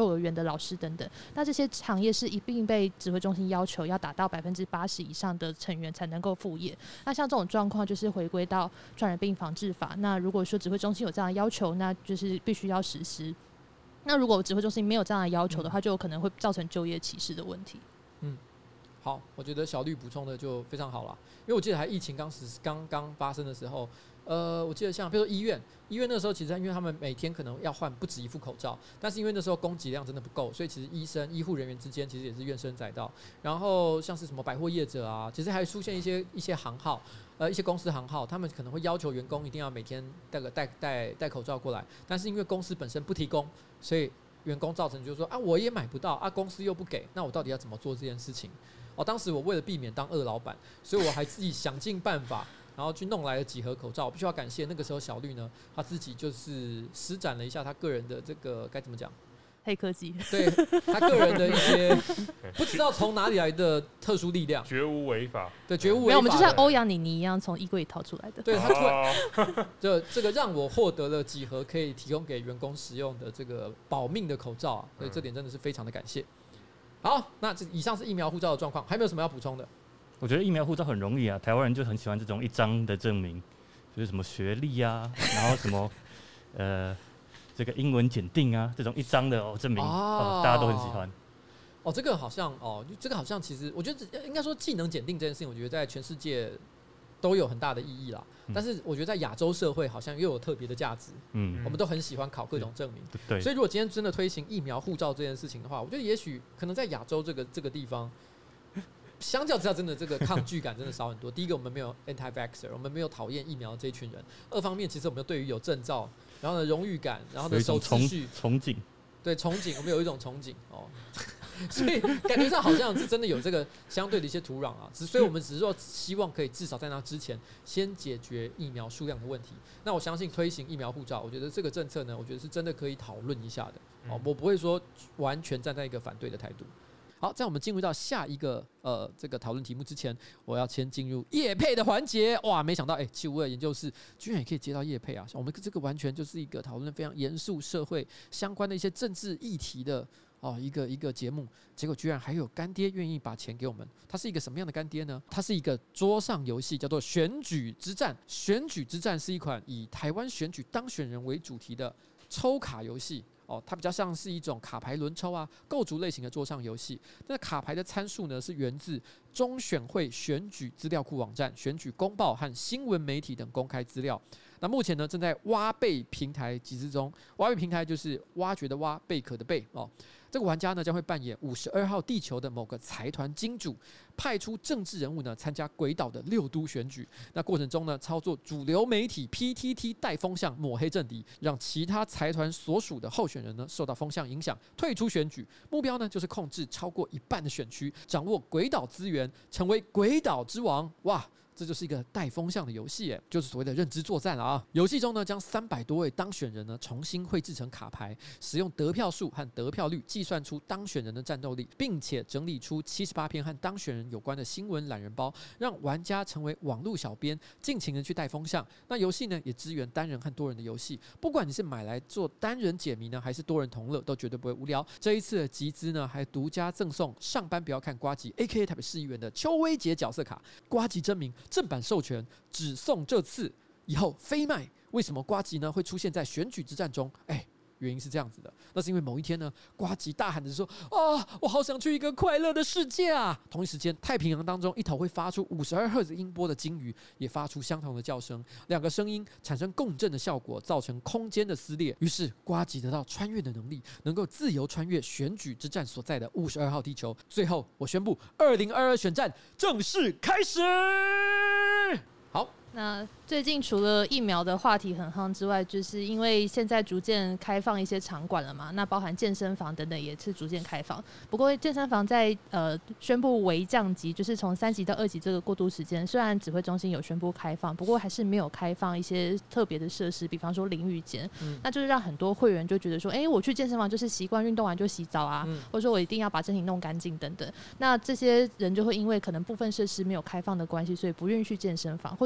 幼儿园的老师等等。那这些行业是一并被指挥中心要求要达到80%以上的成员才能够复业。那像这种状况就是回归到传染病防治法。那如果说指挥中心有这样的要求，那就是必须要实施。那如果指挥中心没有这样的要求的话，就有可能会造成就业歧视的问题。 好，我觉得小绿补充的就非常好了，因为我记得还疫情刚发生的时候，我记得像比如说医院那时候其实因为他们每天可能要换不止一副口罩，但是因为那时候供给量真的不够，所以其实医护人员之间其实也是怨声载道。然后像是什么百货业者啊，其实还出现一些行号，一些公司行号，他们可能会要求员工一定要每天戴口罩过来，但是因为公司本身不提供，所以员工造成就是说啊，我也买不到啊，公司又不给，那我到底要怎么做这件事情？当时我为了避免当恶老板，所以我还自己想尽办法，然后去弄来了几盒口罩。我必须要感谢那个时候小绿呢，他自己就是施展了一下他个人的这个该怎么讲？ 黑科技， 对他个人的一些不知道从哪里来的特殊力量， 绝无违法， 对，绝无违法。 没有，我们就像欧阳妮妮一样从衣柜里逃出来的。 对，他突然这个让我获得了几盒可以提供给员工使用的这个保命的口罩啊，所以这点真的是非常的感谢。好，那以上是疫苗护照的状况，还有没有什么要补充的？ 我觉得疫苗护照很容易啊，台湾人就很喜欢这种一张的证明，就是什么学历啊，然后什么这个英文检定啊，这种一张的证明，大家都很喜欢。 这个好像其实我觉得应该说技能检定这件事情，我觉得在全世界都有很大的意义啦。但是我觉得在亚洲社会好像又有特别的价值。我们都很喜欢考各种证明。 对。 所以如果今天真的推行疫苗护照这件事情的话，我觉得也许可能在亚洲这个地方，相较之下真的这个抗拒感真的少很多。第一个，我们没有 anti-vaxxer， 我们没有讨厌疫苗这一群人；二方面，其实我们对于有证照，然后呢荣誉感，然后呢守秩序， 憧憬。 对，憧憬，我们有一种憧憬所以感觉上好像是真的有这个相对的一些土壤啊，所以我们只是说希望可以至少在那之前先解决疫苗数量的问题。那我相信推行疫苗护照，我觉得这个政策呢，我觉得是真的可以讨论一下的我不会说完全站在一个反对的态度。好，在我们进入到下一个这个讨论题目之前，我要先进入业配的环节。哇，没想到752研究室居然也可以接到业配啊！我们这个完全就是一个讨论非常严肃社会相关的一些政治议题的一个节目，结果居然还有干爹愿意把钱给我们。它是一个什么样的干爹呢？它是一个桌上游戏，叫做选举之战。选举之战是一款以台湾选举当选人为主题的抽卡游戏。它比较像是一种卡牌轮抽啊、构筑类型的桌上游戏。那卡牌的参数呢，是源自中选会选举资料库网站、选举公报和新闻媒体等公开资料。那目前呢，正在挖贝平台集资中。挖贝平台就是挖掘的挖，贝壳的贝这个玩家呢将会扮演52号地球的某个财团金主，派出政治人物呢参加鬼岛的6都选举。那过程中呢，操作主流媒体 PTT 带风向抹黑政敌，让其他财团所属的候选人呢受到风向影响，退出选举。目标呢就是控制超过一半的选区，掌握鬼岛资源，成为鬼岛之王。哇！这就是一个带风向的游戏，就是所谓的认知作战了啊！游戏中呢，将300多位当选人呢重新绘制成卡牌，使用得票数和得票率计算出当选人的战斗力，并且整理出78篇和当选人有关的新闻懒人包，让玩家成为网络小编，尽情的去带风向。那游戏呢也支援单人和多人的游戏，不管你是买来做单人解谜呢，还是多人同乐，都绝对不会无聊。这一次的集资呢，还独家赠送上班不要看呱吉 AKA 台北市议员的邱威杰角色卡，呱吉真名。正版授权只送这次，以后非卖。为什么呱吉呢会出现在选举之战中？原因是这样子的，那是因为某一天呢，呱吉大喊着说：“我好想去一个快乐的世界啊！”同一时间，太平洋当中一头会发出52赫兹音波的鲸鱼也发出相同的叫声，两个声音产生共振的效果，造成空间的撕裂。于是，呱吉得到穿越的能力，能够自由穿越选举之战所在的52号地球。最后，我宣布，2022选战正式开始。好。 那最近除了疫苗的话题很夯之外，就是因为现在逐渐开放一些场馆了嘛，那包含健身房等等也是逐渐开放。不过健身房在宣布微降级，就是从3级到2级这个过渡时间，虽然指挥中心有宣布开放，不过还是没有开放一些特别的设施，比方说淋浴间，那就是让很多会员就觉得说，我去健身房就是习惯运动完就洗澡啊，或者说我一定要把身体弄干净等等。那这些人就会因为可能部分设施没有开放的关系，所以不愿意去健身房，或者是担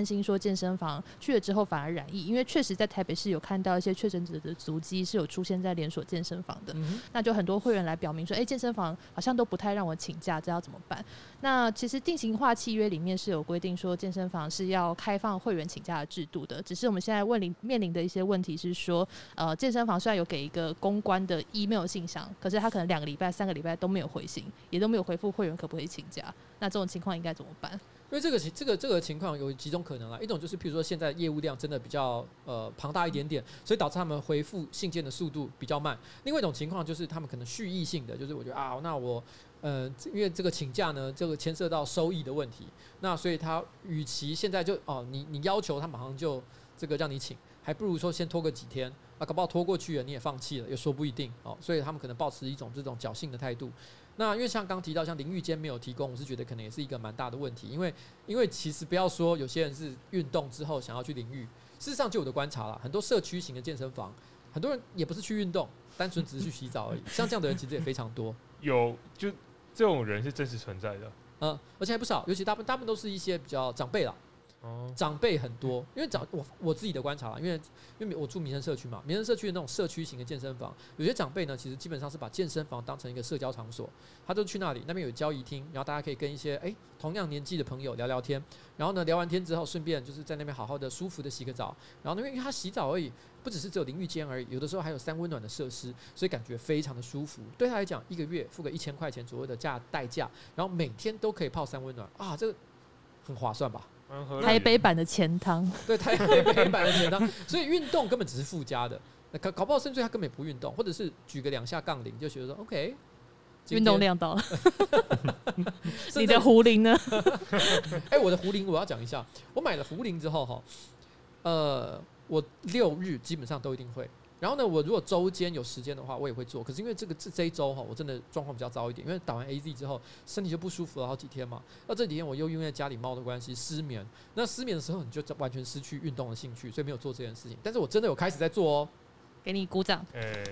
担心说健身房去了之后反而染疫，因为确实在台北市有看到一些确诊者的足迹是有出现在连锁健身房的，那就很多会员来表明说，健身房好像都不太让我请假，这要怎么办？那其实定型化契约里面是有规定说健身房是要开放会员请假的制度的，只是我们现在面临的一些问题是说，健身房虽然有给一个公关的 email 信箱，可是他可能2个礼拜、3个礼拜都没有回信，也都没有回复会员可不可以请假。那这种情况应该怎么办？ 因为这个情况有几种可能啦，一种就是譬如说现在业务量真的比较庞大一点点，所以导致他们回复信件的速度比较慢。另外一种情况就是他们可能蓄意性的，就是我觉得那我因为这个请假呢，这个牵涉到收益的问题，那所以他与其现在就你要求他马上就这个让你请，还不如说先拖个几天搞不好拖过去了你也放弃了，也说不一定所以他们可能抱持一种这种侥幸的态度。那因为像刚提到像淋浴间没有提供，我是觉得可能也是一个蛮大的问题，因为其实不要说有些人是运动之后想要去淋浴，事实上就我的观察啦，很多社区型的健身房，很多人也不是去运动，单纯只是去洗澡而已，像这样的人其实也非常多。 有就这种人是真实存在的， 而且还不少，尤其大部分都是一些比较长辈啦。长辈很多，因为我自己的观察啦，因为我住民生社区嘛，民生社区的那种社区型的健身房，有些长辈呢，其实基本上是把健身房当成一个社交场所，他就去那里，那边有交谊厅，然后大家可以跟一些同样年纪的朋友聊聊天，然后呢聊完天之后，顺便就是在那边好好的舒服的洗个澡，然后因为他洗澡而已，不只是只有淋浴间而已，有的时候还有3温暖的设施，所以感觉非常的舒服。对他来讲，1个月付个1000块钱左右的代价，然后每天都可以泡3温暖这个很划算吧？ 台北版的钱汤， 对，台北版的钱汤，所以运动根本只是附加的，搞不好甚至他根本不运动，或者是举个2下杠铃就觉得说 OK， 运动量到了。你的壶铃呢？ 我的壶铃我要讲一下，我买了壶铃之后我6日基本上都一定会。然后呢，我如果周间有时间的话，我也会做。可是因为这一周我真的状况比较糟一点，因为打完 AZ 之后身体就不舒服了好几天嘛。那这几天我又因为家里猫的关系失眠，那失眠的时候你就完全失去运动的兴趣，所以没有做这件事情。但是我真的有开始在做哦， 给你鼓掌。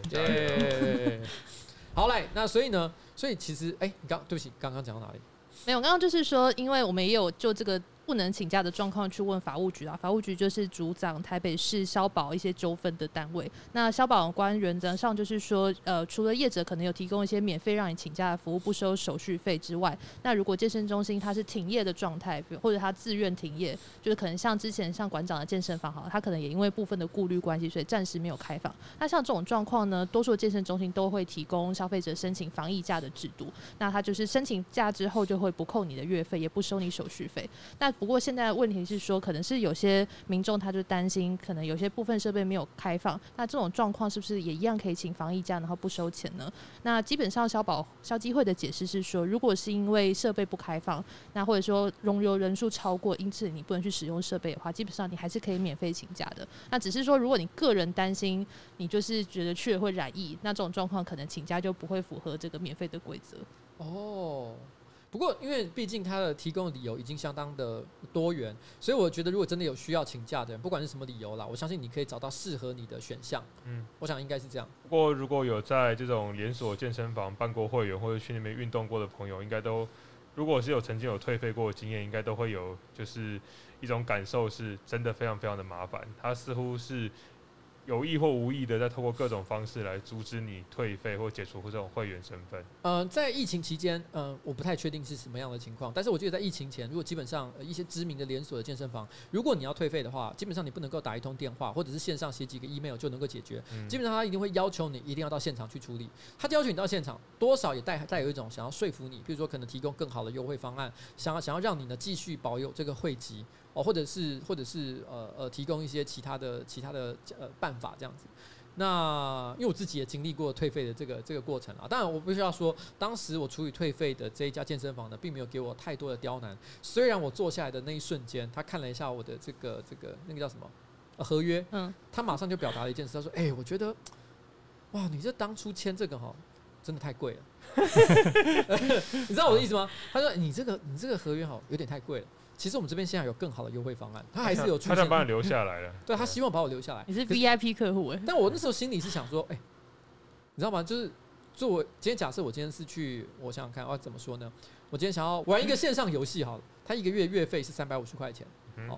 好来，那所以其实对不起，刚刚讲到哪里？ 没有，刚刚就是说，因为我们也有就这个不能请假的状况去问法务局法务局就是主掌台北市消保一些纠纷的单位。那消保官原则上就是说，除了业者可能有提供一些免费让你请假的服务，不收手续费之外，那如果健身中心它是停业的状态，或者它自愿停业，就是可能像之前像馆长的健身房它可能也因为部分的顾虑关系，所以暂时没有开放。那像这种状况呢，多数的健身中心都会提供消费者申请防疫假的制度。那它就是申请假之后就会不扣你的月费，也不收你手续费。那不过现在的问题是说，可能是有些民众他就担心，可能有些部分设备没有开放，那这种状况是不是也一样可以请防疫假，然后不收钱呢？那基本上消基会的解释是说，如果是因为设备不开放，那或者说容留人数超过，因此你不能去使用设备的话，基本上你还是可以免费请假的。那只是说，如果你个人担心，你就是觉得去了会染疫，那这种状况可能请假就不会符合这个免费的规则。 不过，因为毕竟他的提供的理由已经相当的多元，所以我觉得如果真的有需要请假的人，不管是什么理由啦，我相信你可以找到适合你的选项。我想应该是这样。 不过，如果有在这种连锁健身房办过会员或者去那边运动过的朋友，应该都，如果是曾经有退费过的经验，应该都会有就是一种感受，是真的非常非常的麻烦。它似乎是有意或无意的在透过各种方式来阻止你退费或解除这种会员身份。 在疫情期间，我不太确定是什么样的情况，但是我觉得在疫情前，如果基本上一些知名的连锁的健身房，如果你要退费的话，基本上你不能够打一通电话，或者是线上写几个 email 就能够解决。基本上他一定会要求你一定要到现场去处理。他要求你到现场，多少也带有一种想要说服你，比如说可能提供更好的优惠方案，想要让你呢继续保有这个会籍。或者是提供一些其他的办法这样子。那因为我自己也经历过退费的这个过程啊，当然我必须要说，当时我处理退费的这一家健身房呢，并没有给我太多的刁难。虽然我坐下来的那一瞬间，他看了一下我的这个那个叫什么合约，他马上就表达了一件事，他说：“我觉得，哇，你这当初签这个真的太贵了。”你知道我的意思吗？他说：“你这个合约有点太贵了。”其实我们这边现在有更好的优惠方案，他还是有出现， 他把你留下来了。 对，他希望把我留下来。 你是 VIP 客户但我那时候心里是想说，你知道吗？就是今天假设我今天是去，我想想看，怎么说呢？我今天想要玩一个线上游戏好了，他1个月月费是350块钱，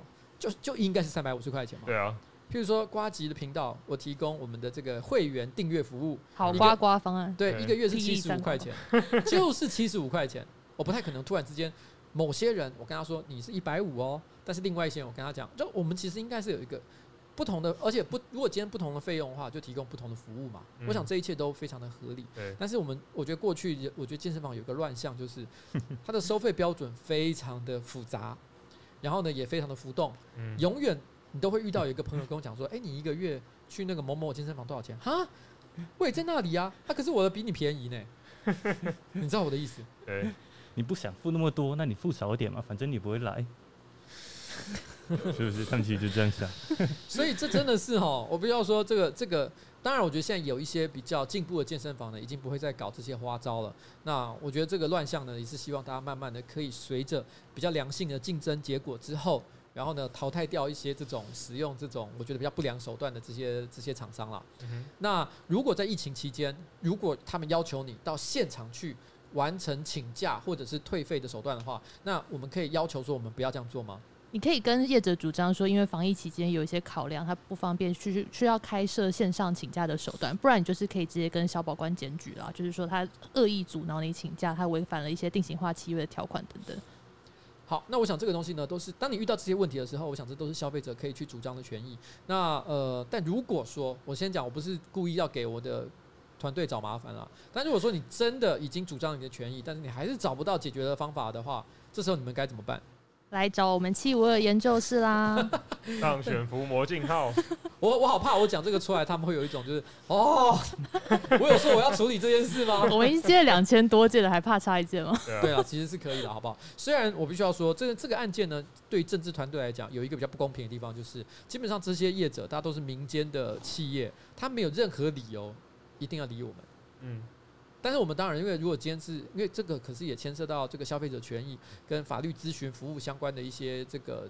就应该是350块钱嘛。 对啊。 譬如说呱吉的频道，我提供我们的这个会员订阅服务， 好呱呱方案， 对，一个月是75块钱，就是75块钱。我不太可能突然之间，某些人我跟他说你是150哦，但是另外一些人我跟他讲，就我们其实应该是有一个不同的，而且如果今天不同的费用的话，就提供不同的服务嘛。我想这一切都非常的合理。但是我觉得过去，我觉得健身房有一个乱象，就是它的收费标准非常的复杂，然后呢也非常的浮动，永远你都会遇到有一个朋友跟我讲说，你一个月去那个某某健身房多少钱？哈，我也在那里啊，可是我的比你便宜呢。你知道我的意思？ 对， 你不想付那么多，那你付少一点嘛，反正你不会来。是不是？他们其实就这样想。 所以这真的是我不要说这个，当然我觉得现在有一些比较进步的健身房呢，已经不会再搞这些花招了。那我觉得这个乱象呢，也是希望大家慢慢的可以随着比较良性的竞争结果之后，然后呢淘汰掉一些这种使用这种我觉得比较不良手段的这些厂商啦。那如果在疫情期间，如果他们要求你到现场去完成请假或者是退费的手段的话，那我们可以要求说我们不要这样做吗？ 你可以跟业者主张说，因为防疫期间有一些考量，他不方便需要开设线上请假的手段，不然你就是可以直接跟消保官检举啦，就是说他恶意阻挠你请假，他违反了一些定型化契约的条款等等。 好，那我想这个东西呢，都是当你遇到这些问题的时候，我想这都是消费者可以去主张的权益。那但如果说我先讲，我不是故意要给我的团队找麻烦啦，但如果说你真的已经主张你的权益，但是你还是找不到解决的方法的话，这时候你们该怎么办？ 来找我们752研究室啦！ 上悬浮魔镜号。 我好怕我讲这个出来，他们会有一种就是我有说我要处理这件事吗？ 我们已经接了2000多件了，还怕差一件吗？ 对啊，其实是可以的，好不好？虽然我必须要说，这个案件呢，对于政治团队来讲，有一个比较不公平的地方，就是基本上这些业者，大家都是民间的企业，他没有任何理由一定要理我们。但是我们当然，因为如果今天是因为这个，可是也牵涉到这个消费者权益跟法律咨询服务相关的一些这个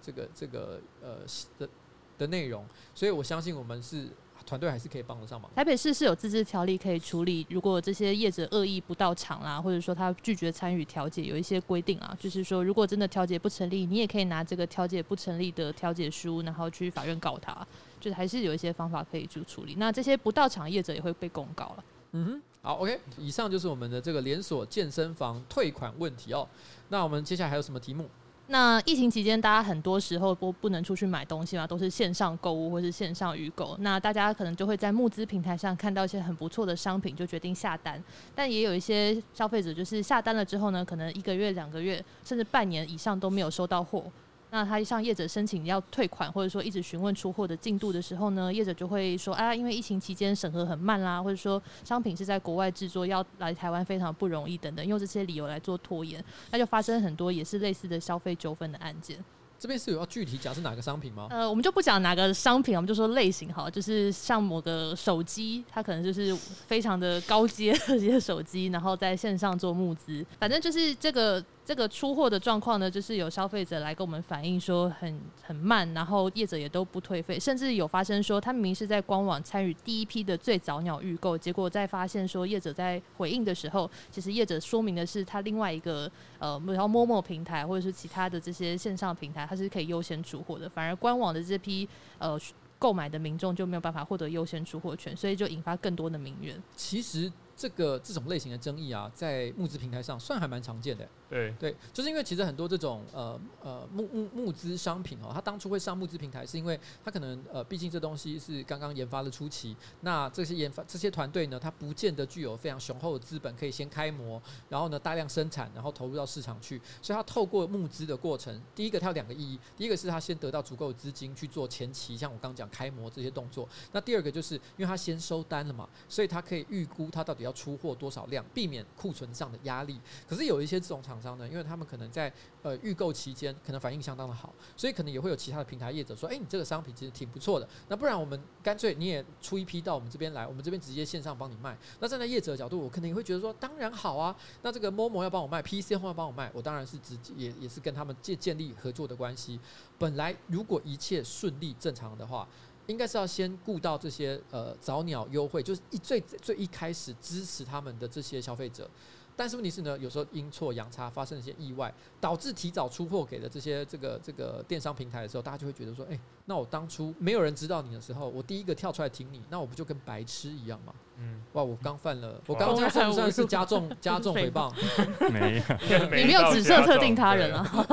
的内容，所以我相信我们是团队还是可以帮得上忙。 台北市是有自治条例可以处理，如果这些业者恶意不到场啦，或者说他拒绝参与调解，有一些规定啊，就是说如果真的调解不成立，你也可以拿这个调解不成立的调解书，然后去法院告他，就是还是有一些方法可以去处理。那这些不到场业者也会被公告了。 好 ，OK， 以上就是我们的这个连锁健身房退款问题哦。那我们接下来还有什么题目？ 那疫情期间，大家很多时候不能出去买东西嘛，都是线上购物或是线上预购。那大家可能就会在募资平台上看到一些很不错的商品，就决定下单。但也有一些消费者就是下单了之后呢，可能1个月、2个月，甚至半年以上都没有收到货。那他向业者申请要退款，或者说一直询问出货的进度的时候呢，业者就会说因为疫情期间审核很慢啦，或者说商品是在国外制作，要来台湾非常不容易等等，用这些理由来做拖延，那就发生很多也是类似的消费纠纷的案件。 这边是有要具体讲是哪个商品吗？ 我们就不讲哪个商品，我们就说类型好，就是像某个手机，它可能就是非常的高阶的这些手机，然后在线上做募资，反正就是这个出货的状况呢，就是有消费者来跟我们反映说很慢，然后业者也都不退费，甚至有发生说他明明是在官网参与第一批的最早鸟预购，结果在发现说业者在回应的时候，其实业者说明的是他另外一个比如Momo平台或者是其他的这些线上平台，它是可以优先出货的，反而官网的这批购买的民众就没有办法获得优先出货权，所以就引发更多的民怨。 其实这种类型的争议啊，在募资平台上算还蛮常见的。对，就是因为其实很多这种募资商品它当初会上募资平台，是因为它可能毕竟这东西是刚刚研发的初期，那这些团队呢，它不见得具有非常雄厚的资本，可以先开模，然后呢大量生产，然后投入到市场去，所以它透过募资的过程，第一个它有2个意义，第一个是它先得到足够的资金去做前期，像我刚讲开模这些动作，那第二个就是因为它先收单了嘛，所以它可以预估它到底要出货多少量，避免库存上的压力。可是有一些这种厂商呢，因为他们可能在预购期间可能反应相当的好，所以可能也会有其他的平台业者说，你这个商品其实挺不错的，那不然我们干脆你也出一批到我们这边来，我们这边直接线上帮你卖。那站在业者的角度，我可能也会觉得说，当然好啊，那这个 Momo 要帮我卖 ，PC 后要帮我卖，我当然是直接也是跟他们建立合作的关系。本来如果一切顺利正常的话，应该是要先顾到这些早鸟优惠，就是最一开始支持他们的这些消费者。 但是问题是呢，有时候阴错阳差发生了一些意外，导致提早出货给了这些这个电商平台的时候，大家就会觉得说，那我当初没有人知道你的时候，我第一个跳出来挺你，那我不就跟白痴一样吗？哇，我刚犯了，我刚刚算不算是加重诽谤？ 没有， 你没有指涉特定他人啊。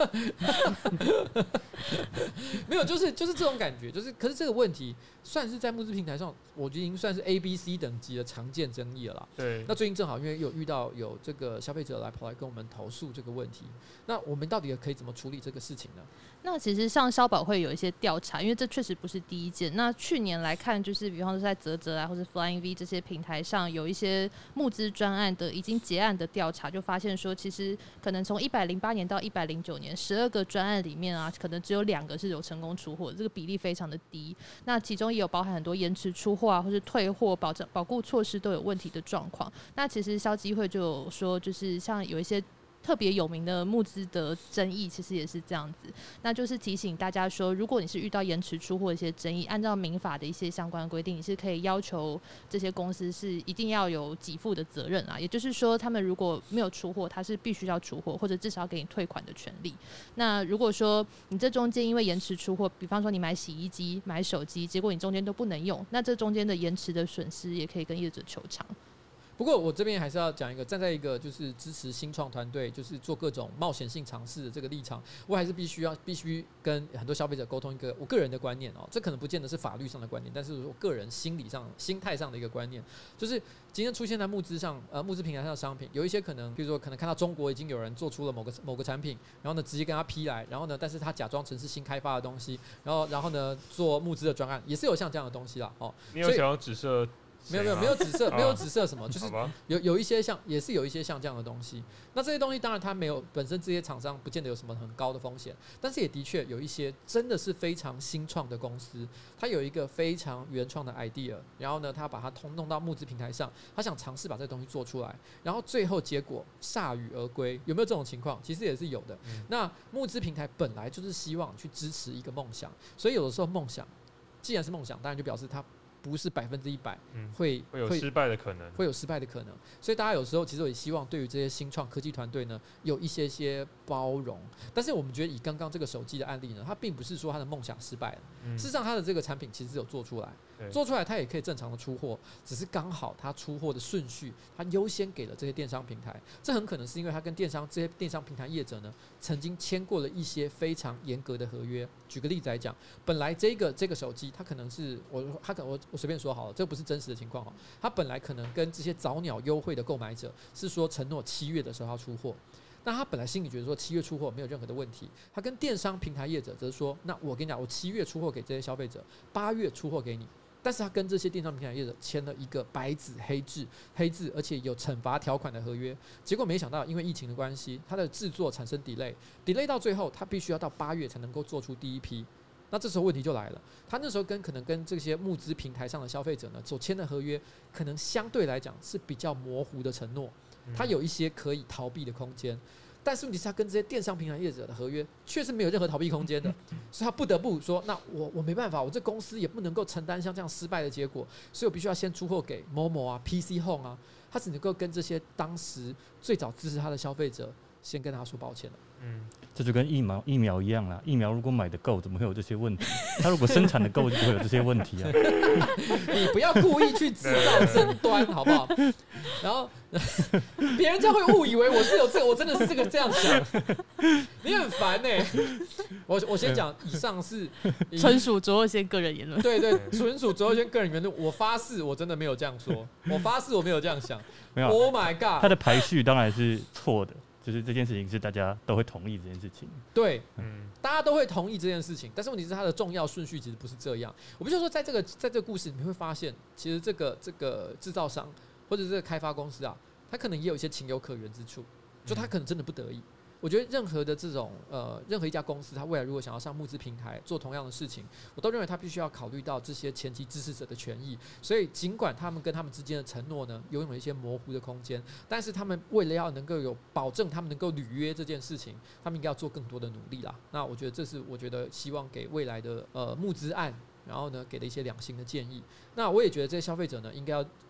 没有，就是这种感觉，可是这个问题算是在募资平台上，我觉得已经算是 A、B、C 等级的常见争议了啦。 对。 那最近正好因为有遇到有这个消费者跑来跟我们投诉这个问题，那我们到底可以怎么处理这个事情呢？ 那其实像消保会有一些调查，因为这确实不是第一件。那去年来看，就是比方说在嘖嘖啊，或是 Flying V 这些平台上，有一些募资专案的已经结案的调查，就发现说，其实可能从108年到109年，12个专案里面啊，可能只有2个是有成功出货的，这个比例非常的低。那其中也有包含很多延迟出货啊，或是退货、保固措施都有问题的状况。那其实消基会就有说，就是像有一些特别有名的募资的争议，其实也是这样子。那就是提醒大家说，如果你是遇到延迟出货的一些争议，按照民法的一些相关规定，你是可以要求这些公司是一定要有给付的责任啊。也就是说，他们如果没有出货，他是必须要出货，或者至少给你退款的权利。那如果说你这中间因为延迟出货，比方说你买洗衣机、买手机，结果你中间都不能用，那这中间的延迟的损失也可以跟业者求偿。 不过我这边还是要讲一个，站在一个就是支持新创团队，就是做各种冒险性尝试的这个立场，我还是必须跟很多消费者沟通一个我个人的观念哦，这可能不见得是法律上的观念，但是我个人心态上的一个观念，就是今天出现在募资平台上的商品，有一些可能，比如说可能看到中国已经有人做出了某个产品，然后呢直接跟他批来，然后呢，但是他假装成是新开发的东西，然后呢做募资的专案，也是有像这样的东西啦哦。 你有想要指涉？ 没有指涉什么，就是有一些也是有一些像这样的东西。那这些东西当然它没有本身这些厂商不见得有什么很高的风险，但是也的确有一些真的是非常新创的公司，它有一个非常原创的 idea， 然后呢，它把它弄到募资平台上，他想尝试把这个东西做出来，然后最后结果铩羽而归，有没有这种情况？其实也是有的。那募资平台本来就是希望去支持一个梦想，所以有的时候梦想既然是梦想，当然就表示它不是100%会有失败的可能， 会有失败的可能。所以大家有时候其实也希望对于这些新创科技团队呢，有一些包容。但是我们觉得以刚刚这个手机的案例呢，它并不是说它的梦想失败了，事实上它的这个产品其实有做出来，它也可以正常的出货，只是刚好它出货的顺序，它优先给了这些电商平台。这很可能是因为它跟这些电商平台业者呢，曾经签过了一些非常严格的合约。举个例子来讲，本来这个手机，它可能是我随便说好了，这不是真实的情况哦。它本来可能跟这些早鸟优惠的购买者是说承诺7月的时候要出货，那他本来心里觉得说7月出货没有任何的问题。他跟电商平台业者则是说，那我跟你讲，我7月出货给这些消费者，8月出货给你。但是他跟这些电商平台业者签了一个白纸黑字，而且有惩罚条款的合约。结果没想到，因为疫情的关系，它的制作产生 delay 到最后，他必须要到8月才能够做出第一批。那这时候问题就来了，他那时候可能跟这些募资平台上的消费者呢所签的合约，可能相对来讲是比较模糊的承诺，他有一些可以逃避的空间。但是问题是他跟这些电商平台业者的合约确实没有任何逃避空间的，所以他不得不说，那我没办法，我这公司也不能够承担像这样失败的结果，所以我必须要先出货给某某啊、PC Home 啊，他只能够跟这些当时最早支持他的消费者先跟他说抱歉了。 这就跟疫苗一样啦，疫苗如果买的够，怎么会有这些问题？它如果生产的够，就不会有这些问题啊。 你不要故意去制造争端，好不好？然后别人就会误以为我是有这个，我真的是这样想，你很烦欸。我先讲，以上是纯属卓佑先个人言论。 对，纯属卓佑先个人言论。我发誓，我真的没有这样说。我发誓，我没有这样想。 没有 ，Oh my god！ 它的排序当然是错的。就是这件事情是大家都会同意这件事情， 对，大家都会同意这件事情，但是问题是它的重要顺序其实不是这样。我必须说，在这个故事，你会发现，其实这个制造商或者这个开发公司啊，他可能也有一些情有可原之处，就他可能真的不得已。我觉得任何的这种任何一家公司，他未来如果想要上募资平台做同样的事情，我都认为他必须要考虑到这些前期支持者的权益。所以尽管他们跟他们之间的承诺呢拥有一些模糊的空间，但是他们为了要能够有保证他们能够履约这件事情，他们应该要做更多的努力啦。那我觉得这是希望给未来的募资案，然后呢给了一些良心的建议。那我也觉得这些消费者呢应该要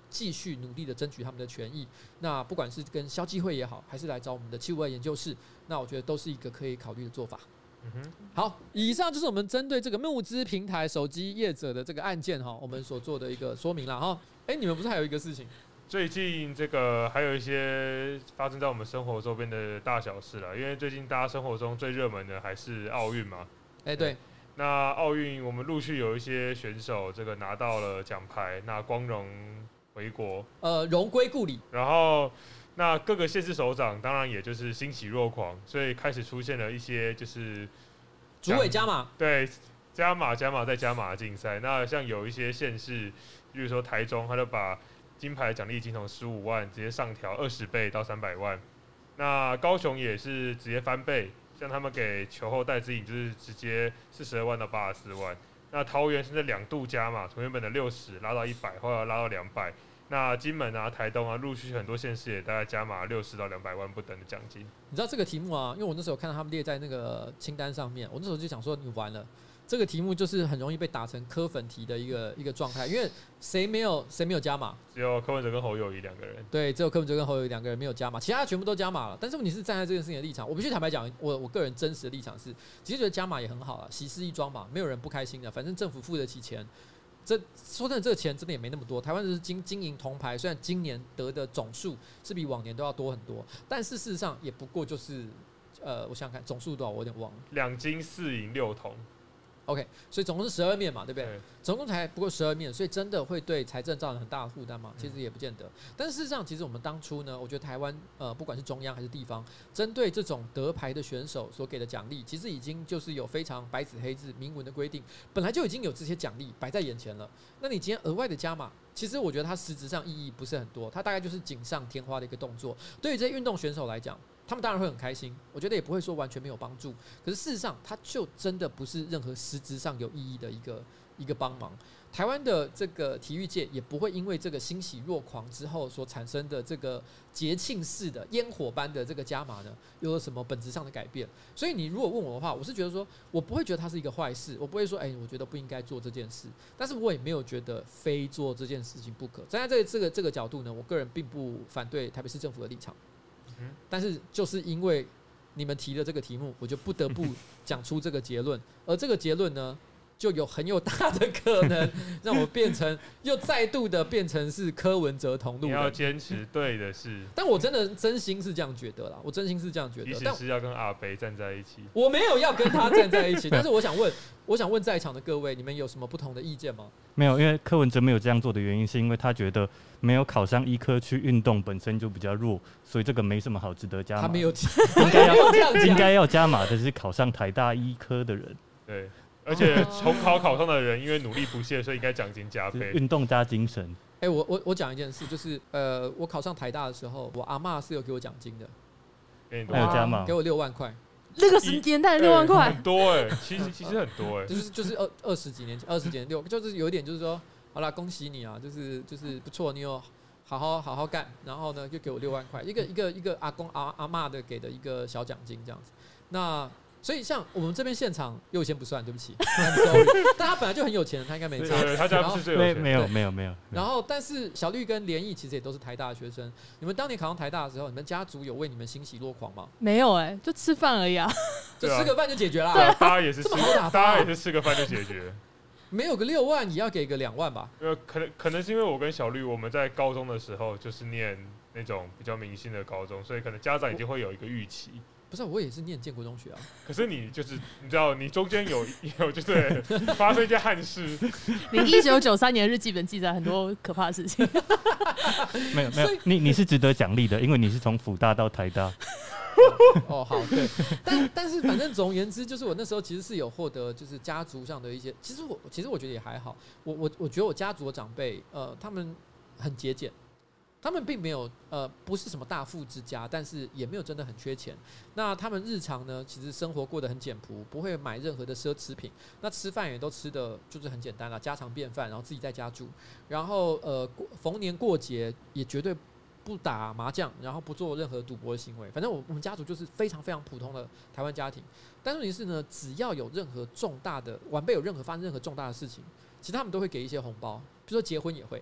继续努力的争取他们的权益。那不管是跟消基会也好，还是来找我们的752研究室，那我觉得都是一个可以考虑的做法。好，以上就是我们针对这个募资平台手机业者的这个案件我们所做的一个说明啦哈。你们不是还有一个事情？ 最近这个还有一些发生在我们生活周边的大小事啦，因为最近大家生活中最热门的还是奥运嘛。 对。 那奥运我们陆续有一些选手这个拿到了奖牌，那光荣回国， 荣归故里。 然后那各个县市首长当然也就是欣喜若狂，所以开始出现了一些就是主委加码， 对，加码再加码竞赛。那像有一些县市，比如说台中，他就把金牌奖励金从15万直接上调20倍到300万。那高雄也是直接翻倍，像他们给球后戴资颖就是直接42万到84万。那桃园甚至2度加码，从原本的60拉到100，后来拉到200。那金门啊、台东啊，陆续很多县市也大概加码60到200万不等的奖金。 你知道这个题目啊？因为我那时候看到他们列在那个清单上面，我那时候就想说，你完了。这个题目就是很容易被打成柯粉题的一个状态，因为谁没有加码？ 只有柯文哲跟侯友宜2个人。 对，只有柯文哲跟侯友宜2个人没有加码，其他全部都加码了。但是问题是站在这件事情的立场，我必须坦白讲，我个人真实的立场是，其实觉得加码也很好啊，息事一桩嘛，没有人不开心的，反正政府付得起钱。说真的，这个钱真的也没那么多。台湾是金银铜牌，虽然今年得的总数是比往年都要多很多，但是事实上也不过就是我想想看总数多少，我有点忘了。 2金4银6铜。 OK， 所以总共是12面嘛，对不对？ 对， 总共才不过12面，所以真的会对财政造成很大的负担吗？其实也不见得。但是事实上，其实我们当初呢，我觉得台湾不管是中央还是地方，针对这种得牌的选手所给的奖励，其实已经就是有非常白纸黑字明文的规定，本来就已经有这些奖励摆在眼前了。那你今天额外的加码，其实我觉得它实质上意义不是很多，它大概就是锦上添花的一个动作。对于这些运动选手来讲，他们当然会很开心，我觉得也不会说完全没有帮助。可是事实上，它就真的不是任何实质上有意义的一个帮忙。台湾的这个体育界也不会因为这个欣喜若狂之后所产生的这个节庆式的烟火般的这个加码呢，有什么本质上的改变？所以你如果问我的话，我是觉得说，我不会觉得它是一个坏事，我不会说，我觉得不应该做这件事，但是我也没有觉得非做这件事情不可。站在这个角度呢，我个人并不反对台北市政府的立场。但是就是因为你们提的这个题目，我就不得不讲出这个结论，而这个结论呢，就很有大的可能让我又再度的变成是柯文哲同路人。 你要坚持对的事， 但我真心是这样觉得啦，我真心是这样觉得。 即使是要跟阿北站在一起， 我没有要跟他站在一起，但是我想问在场的各位，你们有什么不同的意见吗？ 没有，因为柯文哲没有这样做的原因，是因为他觉得没有考上医科去运动本身就比较弱，所以这个没什么好值得加码。 他没有应该要加码的是考上台大医科的人。 对，而且重考上的人因为努力不懈，所以应该奖金加倍， 运动加精神。 我讲一件事，就是我考上台大的时候，我阿嬷是有给我奖金的， 还有加码， 给我6万块。 那个年代的6万块很多其实很多就是20几年前，20几年6，就是有一点就是说，好啦，恭喜你啊，就是不错，你有好好干，然后呢就给我6万块，一个阿公阿嬷的给的一个小奖金这样子。那所以像我们这边现场右先不算，对不起，I'm sorry。但他本来就很有钱，他应该没差。 他家不是最有钱， 没有。 然后，但是小绿跟联谊其实也都是台大的学生。你们当年考上台大的时候，你们家族有为你们欣喜若狂吗？ 没有就吃饭而已啊， 就吃个饭就解决了。 对， 大家也是吃个饭就解决。 没有个6万，也要给个2万吧？ 可能是因为我跟小绿我们在高中的时候就是念那种比较明星的高中，所以可能家长已经会有一个预期。 不是，我也是念建国中学啊。 可是你知道，你中间有就是发生一件憾事。 你1993年日记本记载很多可怕的事情。 没有，你是值得奖励的，因为你是从辅大到台大。 好，对。但是反正总而言之，就是我那时候其实是有获得，就是家族上的一些。其实我觉得也还好。我觉得我家族的长辈，他们很节俭。他们并没有不是什么大富之家，但是也没有真的很缺钱。那他们日常呢，其实生活过得很简朴，不会买任何的奢侈品。那吃饭也都吃的就是很简单啦，家常便饭，然后自己在家住。然后逢年过节也绝对不打麻将，然后不做任何赌博的行为。反正我们家族就是非常非常普通的台湾家庭。但问题是呢，只要有任何重大的晚辈有发生任何重大的事情，其实他们都会给一些红包，比如说结婚也会。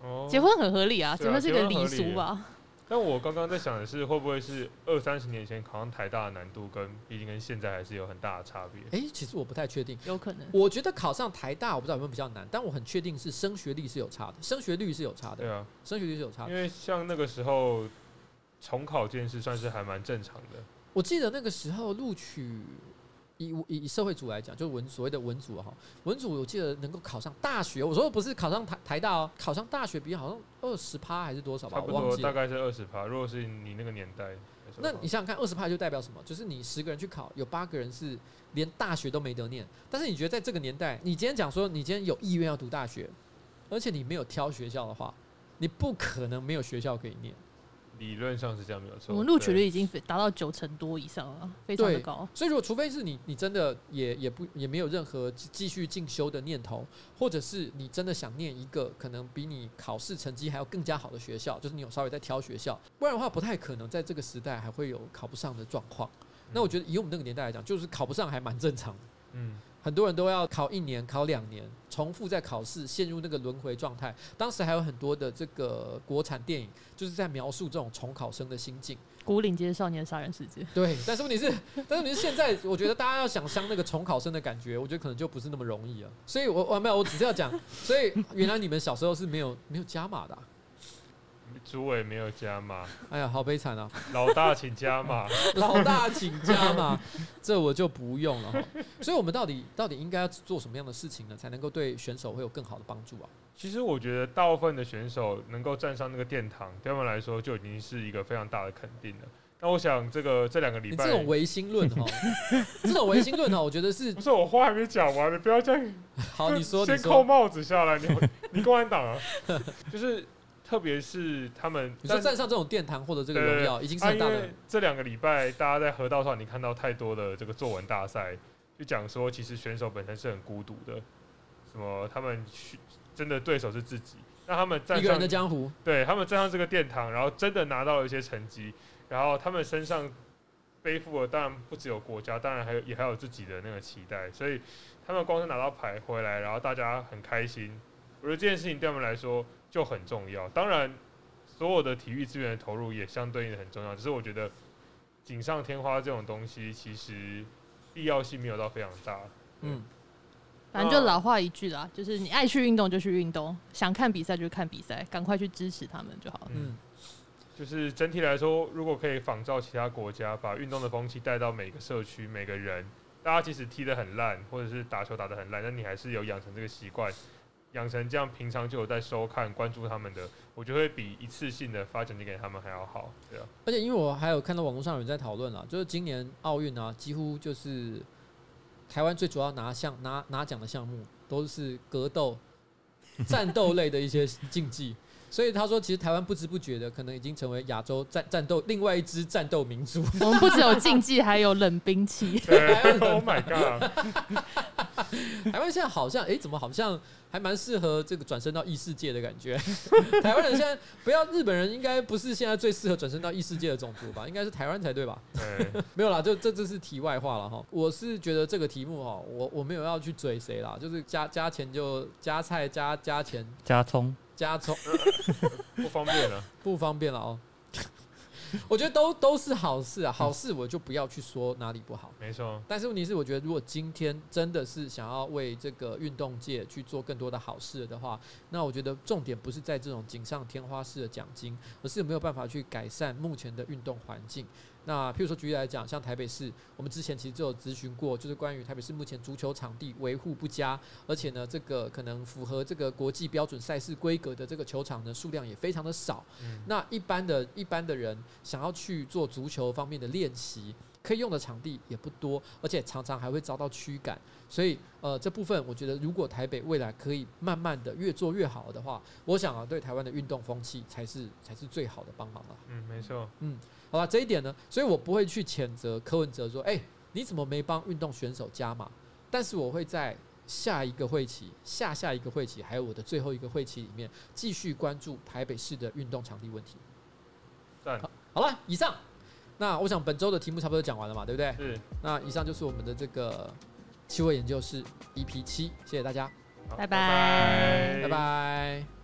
结婚很合理啊，结婚是一个礼俗吧。 但我刚刚在想的是，会不会是20-30年前考上台大的难度毕竟跟现在还是有很大的差别？ 其实我不太确定， 有可能。 我觉得考上台大，我不知道有没有比较难，但我很确定是升学率是有差的，升学率是有差的。 对啊， 升学率是有差的。 因为像那个时候重考这件事算是还蛮正常的。 我记得那个时候录取。以社会组来讲，就所谓的文组哈，文组我记得能够考上大学，我说不是考上台大哦，考上大学比好像20%还是多少吧， 差不多大概是20%。如果是你那个年代， 那你想想看，20%就代表什么？就是你10个人去考，有8个人是连大学都没得念。但是你觉得在这个年代，你今天讲说你今天有意愿要读大学，而且你没有挑学校的话，你不可能没有学校可以念。 理论上是这样没有错， 我们录取率已经达到90%多以上了，非常的高。 所以如果除非是你真的也没有任何继续进修的念头，或者是你真的想念一个可能比你考试成绩还要更加好的学校，就是你有稍微在挑学校，不然的话不太可能在这个时代还会有考不上的状况。那我觉得以我们那个年代来讲，就是考不上还蛮正常的。很多人都要考1年、考2年，重复在考试，陷入那个轮回状态。当时还有很多的这个国产电影，就是在描述这种重考生的心境。 牯岭街少年杀人事件。 对，但是问题是现在，我觉得大家要想象那个重考生的感觉，我觉得可能就不是那么容易了。所以我只是要讲，所以原来你们小时候是没有加码的啊。 主委没有加码， 哎呀，好悲惨啊！ 老大请加码， 老大请加码，这我就不用了。所以，我们到底应该要做什么样的事情呢，才能够对选手会有更好的帮助啊？ 其实我觉得大部分的选手能够站上那个殿堂，对他们来说就已经是一个非常大的肯定了。那我想这2个礼拜， 你这种唯心论哈，我觉得是不是我话还没讲完，你不要这样。 好，你说， 先扣帽子下来，你共产党啊，就是。特别是他们， 你说站上这种殿堂或者这个荣耀，已经是很大的。 因为这2个礼拜，大家在河道上，你看到太多的这个作文大赛，就讲说，其实选手本身是很孤独的，什么他们真的对手是自己，那他们站上一个人的江湖， 对他们站上这个殿堂，然后真的拿到了一些成绩，然后他们身上背负的当然不只有国家，当然还有自己的那个期待，所以他们光是拿到牌回来，然后大家很开心，我觉得这件事情对他们来说就很重要。当然，所有的体育资源的投入也相对应的很重要。只是我觉得锦上添花这种东西，其实必要性没有到非常大。 反正就老话一句啦，就是你爱去运动就去运动，想看比赛就看比赛，赶快去支持他们就好了。 就是整体来说，如果可以仿照其他国家，把运动的风气带到每个社区、每个人，大家即使踢得很烂，或者是打球打得很烂，但你还是有养成这个习惯。养成这样平常就有在收看关注他们的，我觉得会比一次性的发奖金给他们还要好，对啊。 而且因为我还有看到网络上有人在讨论啦，就是今年奥运啊，几乎就是台湾最主要拿奖的项目都是格斗、战斗类的一些竞技。所以他说，其实台湾不知不觉的，可能已经成为亚洲战斗另外一支战斗民族。 我们不只有竞技，还有冷兵器。 Oh my god！ 台湾现在好像，怎么好像还蛮适合这个转身到异世界的感觉。台湾人现在不要日本人，应该不是现在最适合转身到异世界的种族吧？应该是台湾才对吧？没有啦，这是题外话了哈。我是觉得这个题目哈，我没有要去追谁啦，就是加钱就加菜加钱加葱。 不方便了， 不方便了哦。我觉得都是好事啊，好事我就不要去说哪里不好， 没错。 但是问题是，我觉得如果今天真的是想要为这个运动界去做更多的好事的话，那我觉得重点不是在这种锦上添花式的奖金，而是有没有办法去改善目前的运动环境。那譬如说举例来讲，像台北市，我们之前其实就有咨询过，就是关于台北市目前足球场地维护不佳，而且呢，这个可能符合这个国际标准赛事规格的这个球场呢，数量也非常的少。那一般的人想要去做足球方面的练习，可以用的场地也不多，而且常常还会遭到驱赶。所以这部分我觉得，如果台北未来可以慢慢的越做越好的话，我想啊，对台湾的运动风气才是最好的帮忙了。 没错。 好了，这一点呢，所以我不会去谴责柯文哲说，你怎么没帮运动选手加码？但是我会在下一个会期、下一个会期，还有我的最后一个会期里面，继续关注台北市的运动场地问题。好了，以上。那我想本周的题目差不多讲完了嘛，对不对？ 是。 那以上就是我们的这个气味研究室 EP7，谢谢大家， 拜拜， 拜拜。